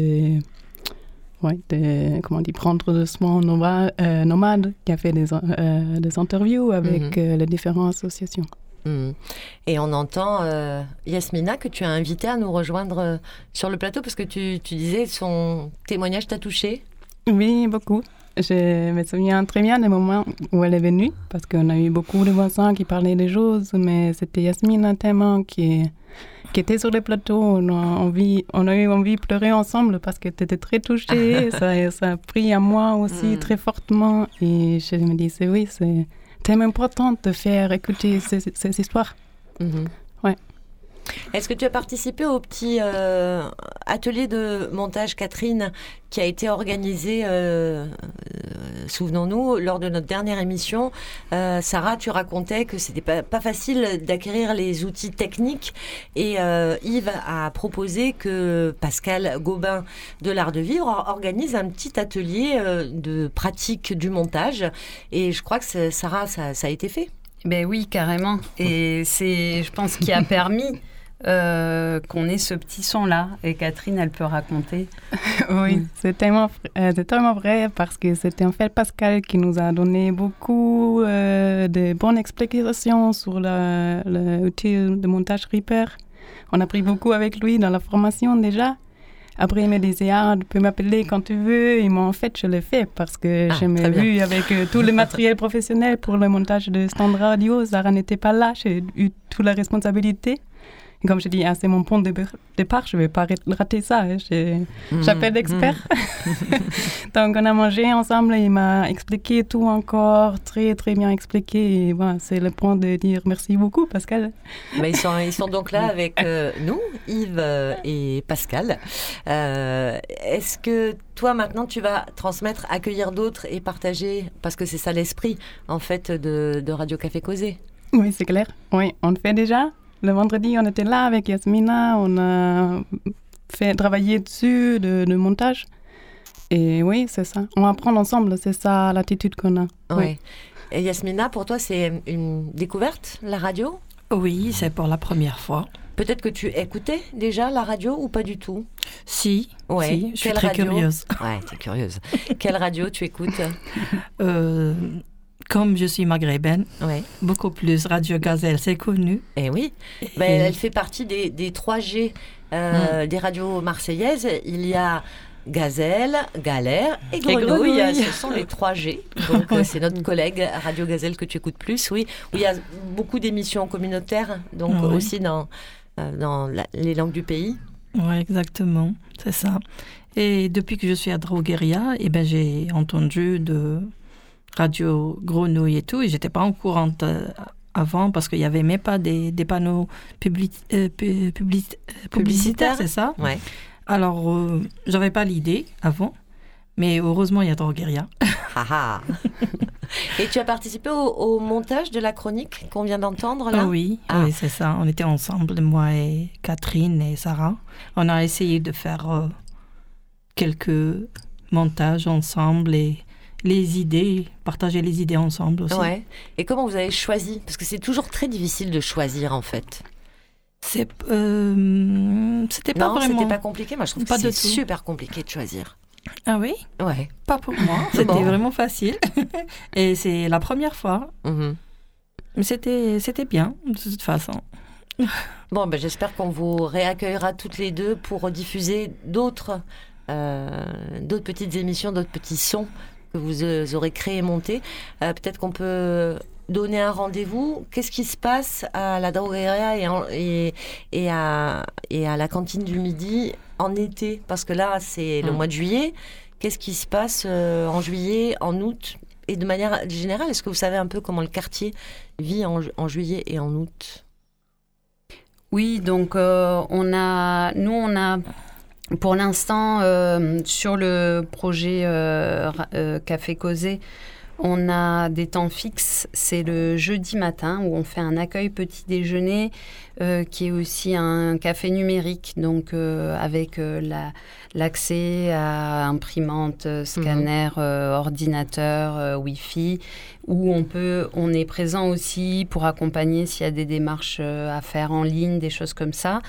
prendre le soin nomade, qui a fait des interviews avec les différentes associations. Et on entend Yasmina, que tu as invitée à nous rejoindre sur le plateau, parce que tu disais son témoignage t'a touché. Oui, beaucoup. Je me souviens très bien des moments où elle est venue, parce qu'on a eu beaucoup de voisins qui parlaient des choses, mais c'était Yasmina tellement qui était sur le plateau. On a eu envie de pleurer ensemble parce qu'elle était très touchée. ça a pris à moi aussi très fortement. Et je me disais, oui, c'est tellement important de faire écouter ces histoires. Ouais. Est-ce que tu as participé au petit atelier de montage, Catherine, qui a été organisé, souvenons-nous, lors de notre dernière émission? Sarah, tu racontais que c'était pas facile d'acquérir les outils techniques, et Yves a proposé que Pascal Gobin de l'Art de Vivre organise un petit atelier de pratique du montage, et je crois que Sarah, ça a été fait. Ben oui, carrément. Et c'est, je pense, qui a permis qu'on ait ce petit son-là. Et Catherine, elle peut raconter. Oui, c'est tellement vrai, parce que c'était en fait Pascal qui nous a donné beaucoup de bonnes explications sur l'outil de montage Reaper. On a appris beaucoup avec lui dans la formation déjà. Après, il me disait, tu peux m'appeler quand tu veux. Et moi, en fait, je l'ai fait parce que je m'ai vu avec tout le matériel professionnel pour le montage de stand radio. Sarah n'était pas là, j'ai eu toute la responsabilité. Et comme je dis, c'est mon point de départ, je ne vais pas rater ça. J'appelle l'expert. Donc, on a mangé ensemble et il m'a expliqué tout encore, très, très bien expliqué. Et voilà, c'est le point de dire merci beaucoup, Pascal. Ils sont donc là avec nous, Yves et Pascal. Est-ce que toi, maintenant, tu vas transmettre, accueillir d'autres et partager, parce que c'est ça l'esprit, en fait, de Radio Café Causé? Oui, c'est clair. Oui, on le fait déjà. Le vendredi, on était là avec Yasmina, on a travaillé dessus, de montage. Et oui, c'est ça. On va apprendre ensemble, c'est ça l'attitude qu'on a. Ouais. Oui. Et Yasmina, pour toi, c'est une découverte, la radio? Oui, c'est pour la première fois. Peut-être que tu écoutais déjà la radio ou pas du tout? Si, ouais. Si, je suis très curieuse. Ouais, tu es curieuse. Quelle radio tu écoutes? Comme je suis maghrébine, beaucoup plus Radio Gazelle, c'est connu. Eh oui, elle fait partie des 3G des radios marseillaises. Il y a Gazelle, Galère et Grenouille. Ce sont les 3G. Donc c'est notre collègue Radio Gazelle que tu écoutes plus, oui. Où il y a beaucoup d'émissions communautaires, donc aussi dans les langues du pays. Oui, exactement, c'est ça. Et depuis que je suis à Drogueria, j'ai entendu de Radio Grenouille et tout, et j'étais pas en courante avant parce qu'il y avait même pas des panneaux publicitaires, c'est ça? Ouais. Alors, j'avais pas l'idée avant, mais heureusement il y a Drogueria. Et tu as participé au montage de la chronique qu'on vient d'entendre là? Oui, c'est ça. On était ensemble, moi et Catherine et Sarah. On a essayé de faire quelques montages ensemble et les idées, partager les idées ensemble aussi. Ouais. Et comment vous avez choisi? Parce que c'est toujours très difficile de choisir en fait. C'était pas vraiment... c'était pas compliqué. Moi je trouve pas que c'est super compliqué de choisir. Ah oui? Ouais. Pas pour moi. C'était vraiment facile. Et c'est la première fois. Mais c'était bien, de toute façon. Bon, j'espère qu'on vous réaccueillera toutes les deux pour diffuser d'autres petites émissions, d'autres petits sons que vous aurez créés et montés. Peut-être qu'on peut donner un rendez-vous. Qu'est-ce qui se passe à la Drogueria et à la cantine du midi en été? Parce que là, c'est le mois de juillet. Qu'est-ce qui se passe en juillet, en août? Et de manière générale, est-ce que vous savez un peu comment le quartier vit en juillet et en août? Oui, donc on a pour l'instant, sur le projet Café Causé, on a des temps fixes. C'est le jeudi matin où on fait un accueil petit déjeuner qui est aussi un café numérique, donc avec l'accès à imprimante, scanner, ordinateur, Wi-Fi, où on est présent aussi pour accompagner s'il y a des démarches à faire en ligne, des choses comme ça.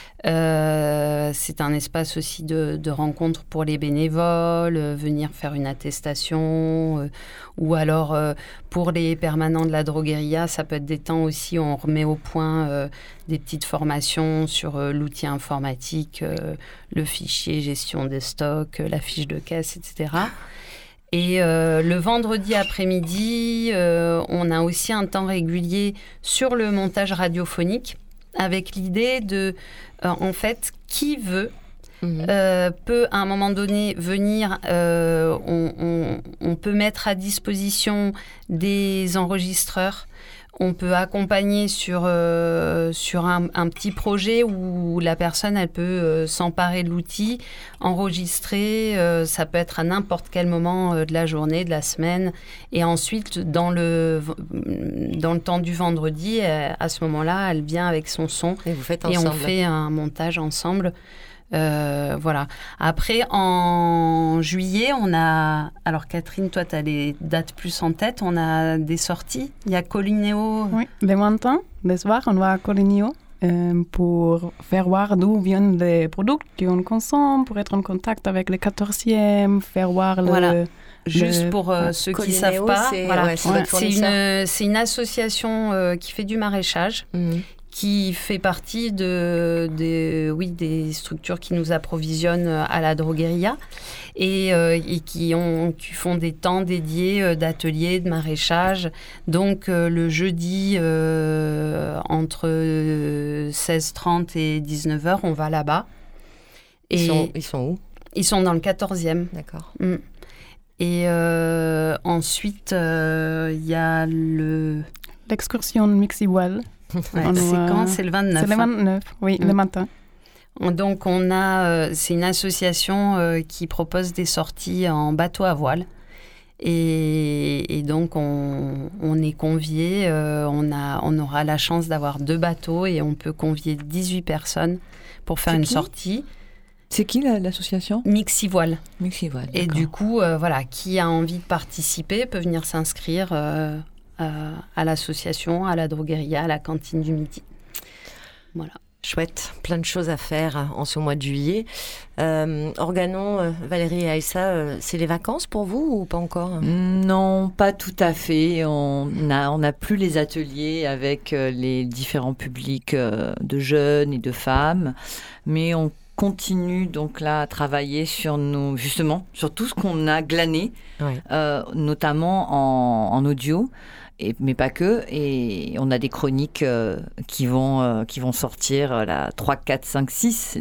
C'est un espace aussi de rencontre pour les bénévoles, venir faire une attestation, ou alors pour les permanents de la Drogueria, ça peut être des temps aussi où on remet au point des petites formations sur l'outil informatique, le fichier, gestion des stocks, la fiche de caisse, etc. Et le vendredi après-midi, on a aussi un temps régulier sur le montage radiophonique, avec l'idée de, en fait, qui veut peut à un moment donné venir, on peut mettre à disposition des enregistreurs, on peut accompagner sur un petit projet où la personne elle peut s'emparer de l'outil, enregistrer, ça peut être à n'importe quel moment de la journée, de la semaine, et ensuite dans le temps du vendredi, à ce moment-là, elle vient avec son son et vous faites et ensemble. on fait un montage ensemble. Voilà. Après, en juillet, on a... Alors, Catherine, toi, tu as les dates plus en tête. On a des sorties. Il y a Colignéo. Oui, le matin, le soir, on va à Colignéo pour faire voir d'où viennent les produits qu'on consomme, pour être en contact avec les 14e, faire voir le... Voilà. Juste pour ceux qui ne savent pas, c'est voilà. c'est une association qui fait du maraîchage, qui fait partie des structures qui nous approvisionnent à la Drogueria et qui font des temps dédiés d'ateliers, de maraîchage. Donc le jeudi, entre 16h30 et 19h, on va là-bas. Ils sont où ? Ils sont dans le 14e. D'accord. Et ensuite, il y a l'excursion Mixiwal. Ouais, c'est quand ? C'est le 29. C'est le 29, oui, le matin. Donc, c'est une association qui propose des sorties en bateau à voile. Et donc, on est conviés. On aura la chance d'avoir 2 bateaux et on peut convier 18 personnes pour faire une sortie. C'est qui l'association ? Mixivoile. Mixivoile. Et du coup, qui a envie de participer peut venir s'inscrire à l'association, à la Drogueria, à la cantine du midi. Voilà. Chouette, plein de choses à faire en ce mois de juillet. Organon, Valérie et Aïssa, c'est les vacances pour vous ou pas encore ? Non, pas tout à fait. On n'a plus les ateliers avec les différents publics de jeunes et de femmes, mais on continue donc là à travailler sur tout ce qu'on a glané, notamment en audio. Mais pas que, et on a des chroniques qui vont sortir 3, 4, 5, 6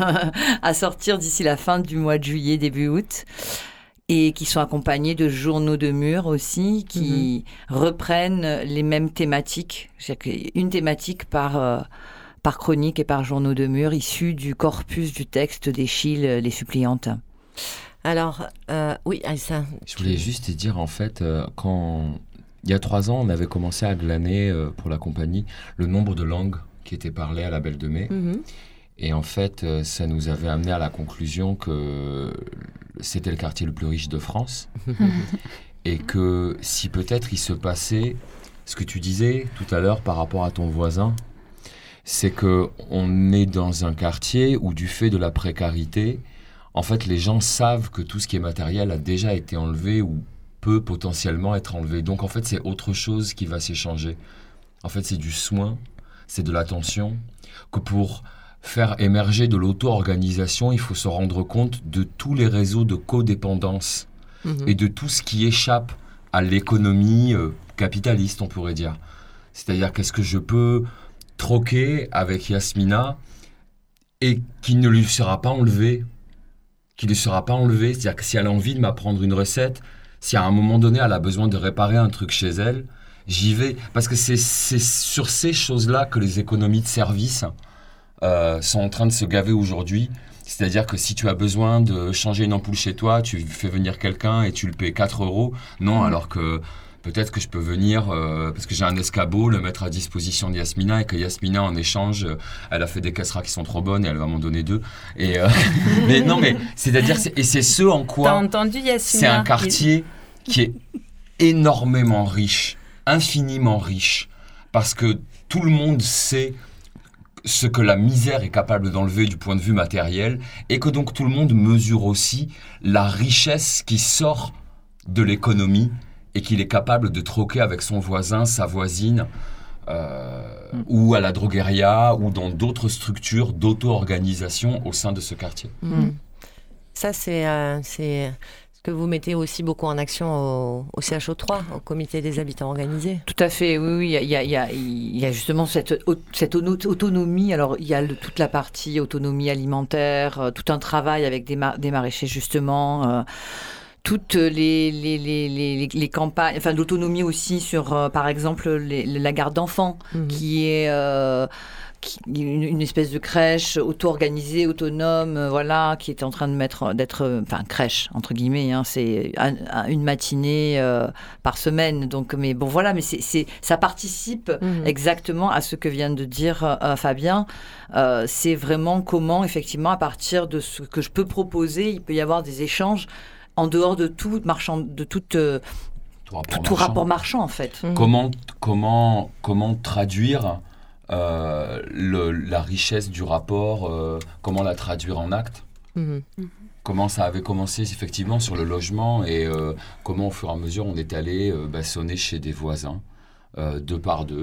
à sortir d'ici la fin du mois de juillet, début août, et qui sont accompagnés de journaux de mur aussi, qui reprennent les mêmes thématiques, c'est-à-dire une thématique par chronique et par journaux de mur issus du corpus du texte d'Eschyle, Les Suppliantes. Alors, oui, Aïssa. Je voulais juste te dire, en fait, il y a 3 ans, on avait commencé à glaner pour la compagnie le nombre de langues qui étaient parlées à la Belle de Mai. Et en fait, ça nous avait amené à la conclusion que c'était le quartier le plus riche de France. Et que si peut-être il se passait ce que tu disais tout à l'heure par rapport à ton voisin, c'est qu'on est dans un quartier où, du fait de la précarité, en fait, les gens savent que tout ce qui est matériel a déjà été enlevé ou peut potentiellement être enlevé. Donc en fait, c'est autre chose qui va s'échanger. En fait, c'est du soin, c'est de l'attention, que pour faire émerger de l'auto-organisation, il faut se rendre compte de tous les réseaux de codépendance et de tout ce qui échappe à l'économie capitaliste, on pourrait dire. C'est-à-dire, qu'est-ce que je peux troquer avec Yasmina et qui ne lui sera pas enlevé, c'est-à-dire que si elle a envie de m'apprendre une recette, si à un moment donné, elle a besoin de réparer un truc chez elle, j'y vais. Parce que c'est sur ces choses-là que les économies de service sont en train de se gaver aujourd'hui. C'est-à-dire que si tu as besoin de changer une ampoule chez toi, tu fais venir quelqu'un et tu le payes 4 €. Non, alors que peut-être que je peux venir, parce que j'ai un escabeau, le mettre à disposition de Yasmina, et que Yasmina, en échange, elle a fait des casseras qui sont trop bonnes et elle va m'en donner 2. Et, mais non, mais c'est-à-dire, et c'est ce en quoi... T'as entendu, Yasmina ? C'est un quartier qui est énormément riche, infiniment riche, parce que tout le monde sait ce que la misère est capable d'enlever du point de vue matériel, et que donc tout le monde mesure aussi la richesse qui sort de l'économie et qu'il est capable de troquer avec son voisin, sa voisine, ou à la Drogueria, ou dans d'autres structures d'auto-organisation au sein de ce quartier. Ça, c'est ce que vous mettez aussi beaucoup en action au CHO3, au Comité des Habitants Organisés. Tout à fait, oui. Il y a justement cette autonomie. Alors, il y a toute la partie autonomie alimentaire, tout un travail avec des maraîchers, justement... toutes les campagnes, enfin l'autonomie aussi sur, par exemple, la garde d'enfants, qui est une espèce de crèche auto-organisée, autonome, voilà, qui est en train d'être crèche entre guillemets, hein, c'est une matinée par semaine. Donc, mais bon, voilà, mais ça participe exactement à ce que vient de dire Fabien. C'est vraiment comment, effectivement, à partir de ce que je peux proposer, il peut y avoir des échanges. En dehors de tout rapport marchand, en fait. Comment traduire la richesse du rapport, comment la traduire en actes Comment ça avait commencé effectivement sur le logement et comment au fur et à mesure on est allé sonner chez des voisins, 2 par 2,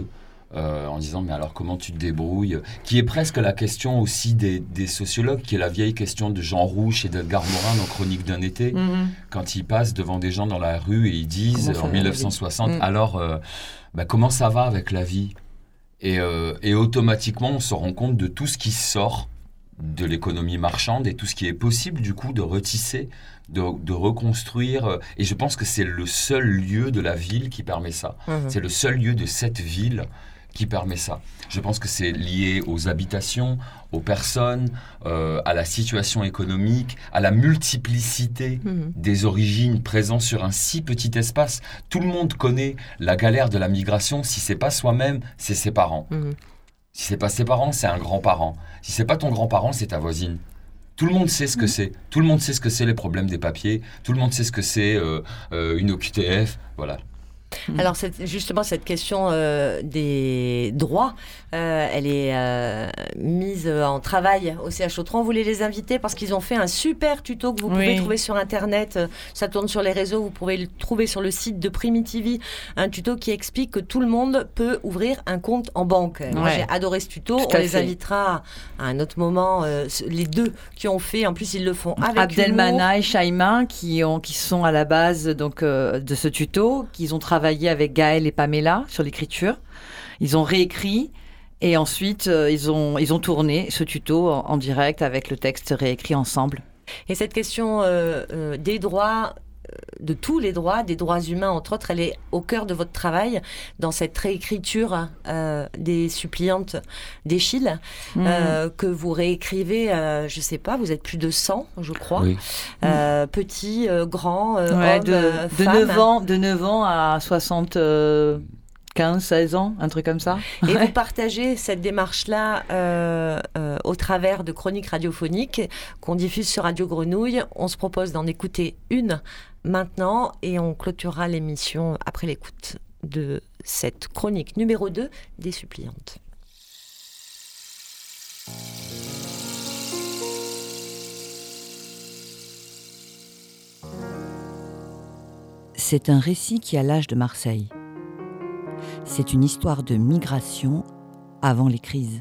en disant mais alors comment tu te débrouilles, qui est presque la question aussi des sociologues, qui est la vieille question de Jean Rouch et d'Edgar Morin dans Chronique d'un été, quand ils passent devant des gens dans la rue et ils disent en 1960 alors comment ça va avec la vie, et automatiquement on se rend compte de tout ce qui sort de l'économie marchande et tout ce qui est possible du coup de retisser, de reconstruire, et je pense que c'est le seul lieu de la ville qui permet ça. C'est le seul lieu de cette ville qui permet ça. Je pense que c'est lié aux habitations, aux personnes, à la situation économique, à la multiplicité des origines présentes sur un si petit espace. Tout le monde connaît la galère de la migration. Si c'est pas soi-même, c'est ses parents. Si c'est pas ses parents, c'est un grand-parent. Si c'est pas ton grand-parent, c'est ta voisine. Tout le monde sait ce que c'est. Tout le monde sait ce que c'est les problèmes des papiers. Tout le monde sait ce que c'est une OQTF. Voilà. Alors justement cette question des droits, elle est mise en travail au CHO3. On voulait les inviter parce qu'ils ont fait un super tuto que vous pouvez trouver sur internet. Ça tourne sur les réseaux, vous pouvez le trouver sur le site de Primitivi. Un tuto qui explique que tout le monde peut ouvrir un compte en banque. Moi j'ai adoré ce tuto. On les invitera à un autre moment. Les deux qui ont fait, en plus ils le font avec Abdelmana et Shaima qui sont à la base donc de ce tuto, qu'ils ont travaillé avec Gaël et Pamela sur l'écriture. Ils ont réécrit et ensuite ils ont tourné ce tuto en direct avec le texte réécrit ensemble. Et cette question des droits, de tous les droits, des droits humains entre autres, elle est au cœur de votre travail dans cette réécriture des suppliantes d'Eschyle que vous réécrivez, je sais pas, vous êtes plus de 100 je crois, petits, grands, hommes, femmes. De 9 ans à 16 ans, un truc comme ça. Et vous partagez cette démarche-là au travers de chroniques radiophoniques qu'on diffuse sur Radio Grenouille. On se propose d'en écouter une maintenant et on clôturera l'émission après l'écoute de cette chronique numéro 2 des suppliantes. C'est un récit qui a l'âge de Marseille. C'est une histoire de migration avant les crises,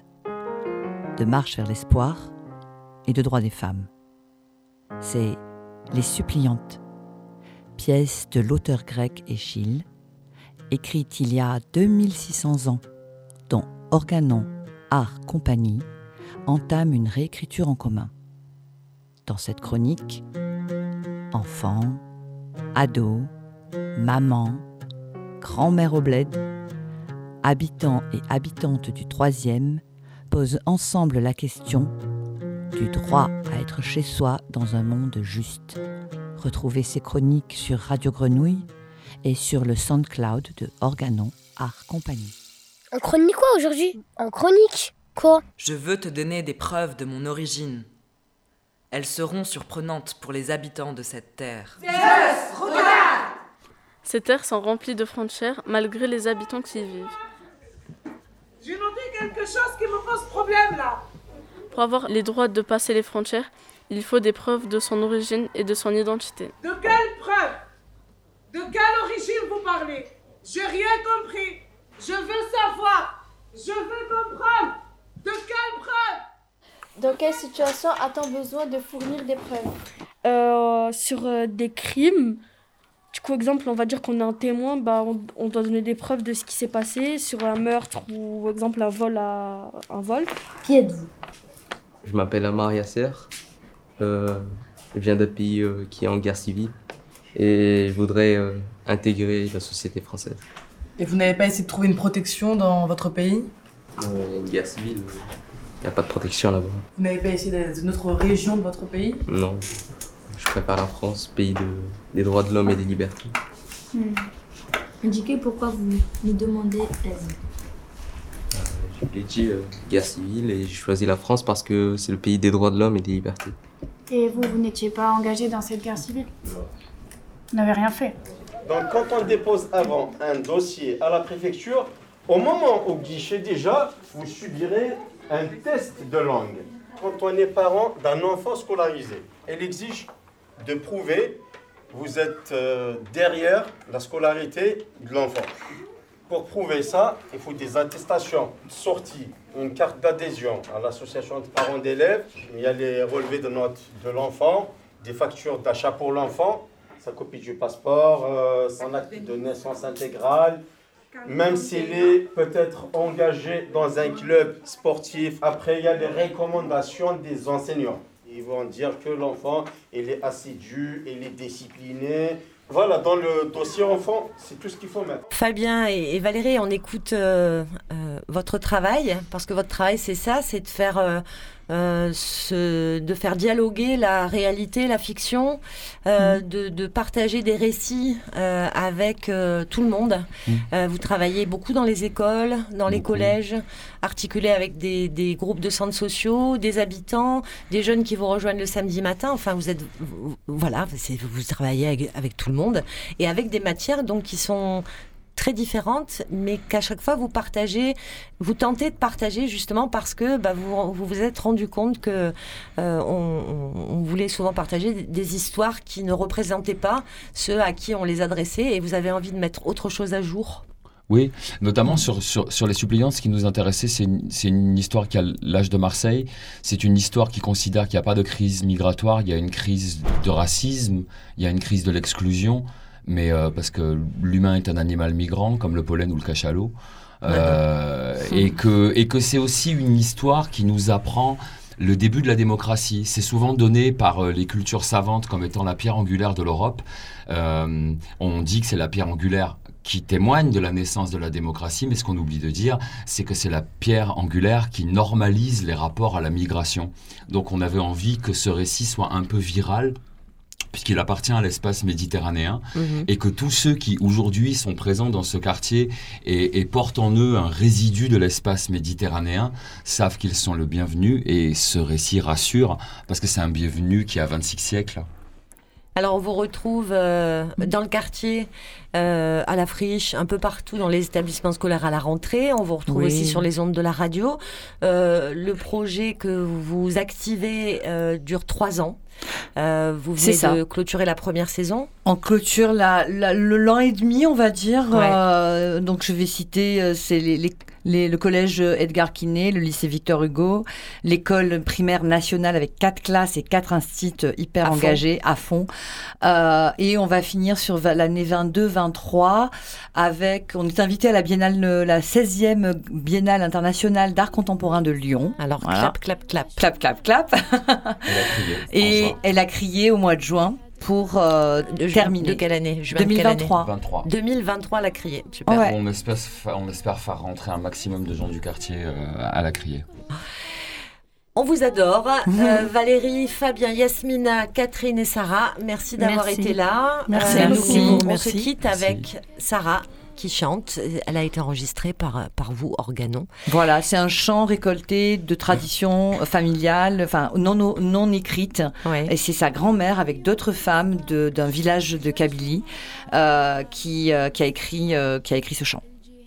de marche vers l'espoir et de droits des femmes. C'est Les Suppliantes, pièce de l'auteur grec Eschyle, écrite il y a 2600 ans, dont Organon Art Compagnie entame une réécriture en commun. Dans cette chronique, enfants, ados, mamans, grand-mère au bled, habitants et habitantes du 3e posent ensemble la question du droit à être chez soi dans un monde juste. Retrouvez ces chroniques sur Radio Grenouille et sur le SoundCloud de Organon Art Compagnie. En chronique quoi aujourd'hui ? En chronique quoi ? Je veux te donner des preuves de mon origine. Elles seront surprenantes pour les habitants de cette terre. Zeus, regarde ! Ces terres sont remplies de frontières malgré les habitants qui y vivent. J'ai noté quelque chose qui me pose problème là. Pour avoir les droits de passer les frontières, il faut des preuves de son origine et de son identité. De quelle preuve ? De quelle origine vous parlez ? J'ai rien compris. Je veux savoir. Je veux comprendre. De quelle preuve ? Dans quelle situation a-t-on besoin de fournir des preuves ? Sur des crimes. Du coup, exemple, on va dire qu'on est un témoin, on doit donner des preuves de ce qui s'est passé sur un meurtre ou, exemple, un vol. Qui êtes-vous ? Je m'appelle Amar Yasser. Je viens d'un pays qui est en guerre civile et je voudrais intégrer la société française. Et vous n'avez pas essayé de trouver une protection dans votre pays ? Il y a une guerre civile, il n'y a pas de protection là-bas. Vous n'avez pas essayé d'aller dans une autre région de votre pays ? Non. Je préfère la France, pays des droits de l'homme et des libertés. Indiquez pourquoi vous nous demandez l'asile. Je l'ai dit, guerre civile, et j'ai choisi la France parce que c'est le pays des droits de l'homme et des libertés. Et vous n'étiez pas engagé dans cette guerre civile ? Non. Vous n'avez rien fait ? Donc quand on dépose avant un dossier à la préfecture, au moment au guichet déjà, vous subirez un test de langue. Quand on est parent d'un enfant scolarisé, elle exige de prouver que vous êtes derrière la scolarité de l'enfant. Pour prouver ça, il faut des attestations, sorties, une carte d'adhésion à l'association de parents d'élèves. Il y a les relevés de notes de l'enfant, des factures d'achat pour l'enfant, sa copie du passeport, son acte de naissance intégrale, même s'il est peut-être engagé dans un club sportif. Après, il y a les recommandations des enseignants. Ils vont dire que l'enfant, il est assidu, il est discipliné. Voilà, dans le dossier enfant, c'est tout ce qu'il faut mettre. Fabien et Valérie, on écoute votre travail, parce que votre travail, c'est ça, c'est de faire, de faire dialoguer la réalité, la fiction, de partager des récits avec tout le monde. Vous travaillez beaucoup dans les écoles, dans les collèges, articulé avec des groupes de centres sociaux, des habitants, des jeunes qui vous rejoignent le samedi matin. Enfin, vous travaillez avec tout le monde et avec des matières donc qui sont très différentes, mais qu'à chaque fois vous tentez de partager justement parce que vous vous êtes rendu compte que on voulait souvent partager des histoires qui ne représentaient pas ceux à qui on les adressait, et vous avez envie de mettre autre chose à jour. Oui, notamment sur les suppléants, ce qui nous intéressait, c'est une histoire qui a l'âge de Marseille. C'est une histoire qui considère qu'il n'y a pas de crise migratoire, il y a une crise de racisme, il y a une crise de l'exclusion, mais parce que l'humain est un animal migrant, comme le pollen ou le cachalot. Et que c'est aussi une histoire qui nous apprend le début de la démocratie. C'est souvent donné par les cultures savantes comme étant la pierre angulaire de l'Europe. On dit que c'est la pierre angulaire qui témoigne de la naissance de la démocratie, mais ce qu'on oublie de dire, c'est que c'est la pierre angulaire qui normalise les rapports à la migration. Donc on avait envie que ce récit soit un peu viral, puisqu'il appartient à l'espace méditerranéen, et que tous ceux qui aujourd'hui sont présents dans ce quartier et portent en eux un résidu de l'espace méditerranéen savent qu'ils sont le bienvenu, et ce récit rassure, parce que c'est un bienvenu qui a 26 siècles. Alors on vous retrouve dans le quartier, à la friche, un peu partout dans les établissements scolaires à la rentrée. On vous retrouve aussi sur les ondes de la radio. Le projet que vous activez dure 3 ans. Vous venez de clôturer la première saison. On clôture le l'an et demi, on va dire. Donc je vais citer c'est le collège Edgar Quinet, le lycée Victor Hugo, l'école primaire nationale avec 4 classes et 4 instituts hyper engagés à fond. Et on va finir sur l'année 22-23 on est invité à la biennale, la 16e biennale internationale d'art contemporain de Lyon. Alors clap, clap, clap. Clap, clap, clap. Et elle a crié au mois de juin pour terminer. De quelle année? 2023. 2023, elle a crié. Super. Ouais. On espère faire rentrer un maximum de gens du quartier à la criée. On vous adore. Valérie, Fabien, Yasmina, Catherine et Sarah, merci d'avoir été là. Merci. On se quitte avec Sarah qui chante. Elle a été enregistrée par vous, Organon. Voilà, c'est un chant récolté de tradition familiale, enfin non écrite. Ouais. Et c'est sa grand-mère avec d'autres femmes d'un village de Kabylie qui a écrit ce chant.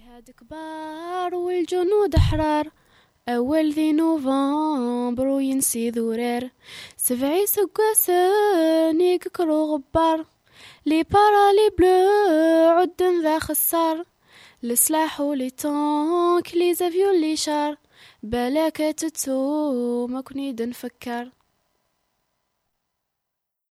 أول ذي نوفمبر وينسي ذورير سبعي سقاسن يكرو غبار لي بارا لي بلو عدن ذا خسار السلاح ولي تانك لي زافيون لي شار بلاك تتو ما كوني دنفكر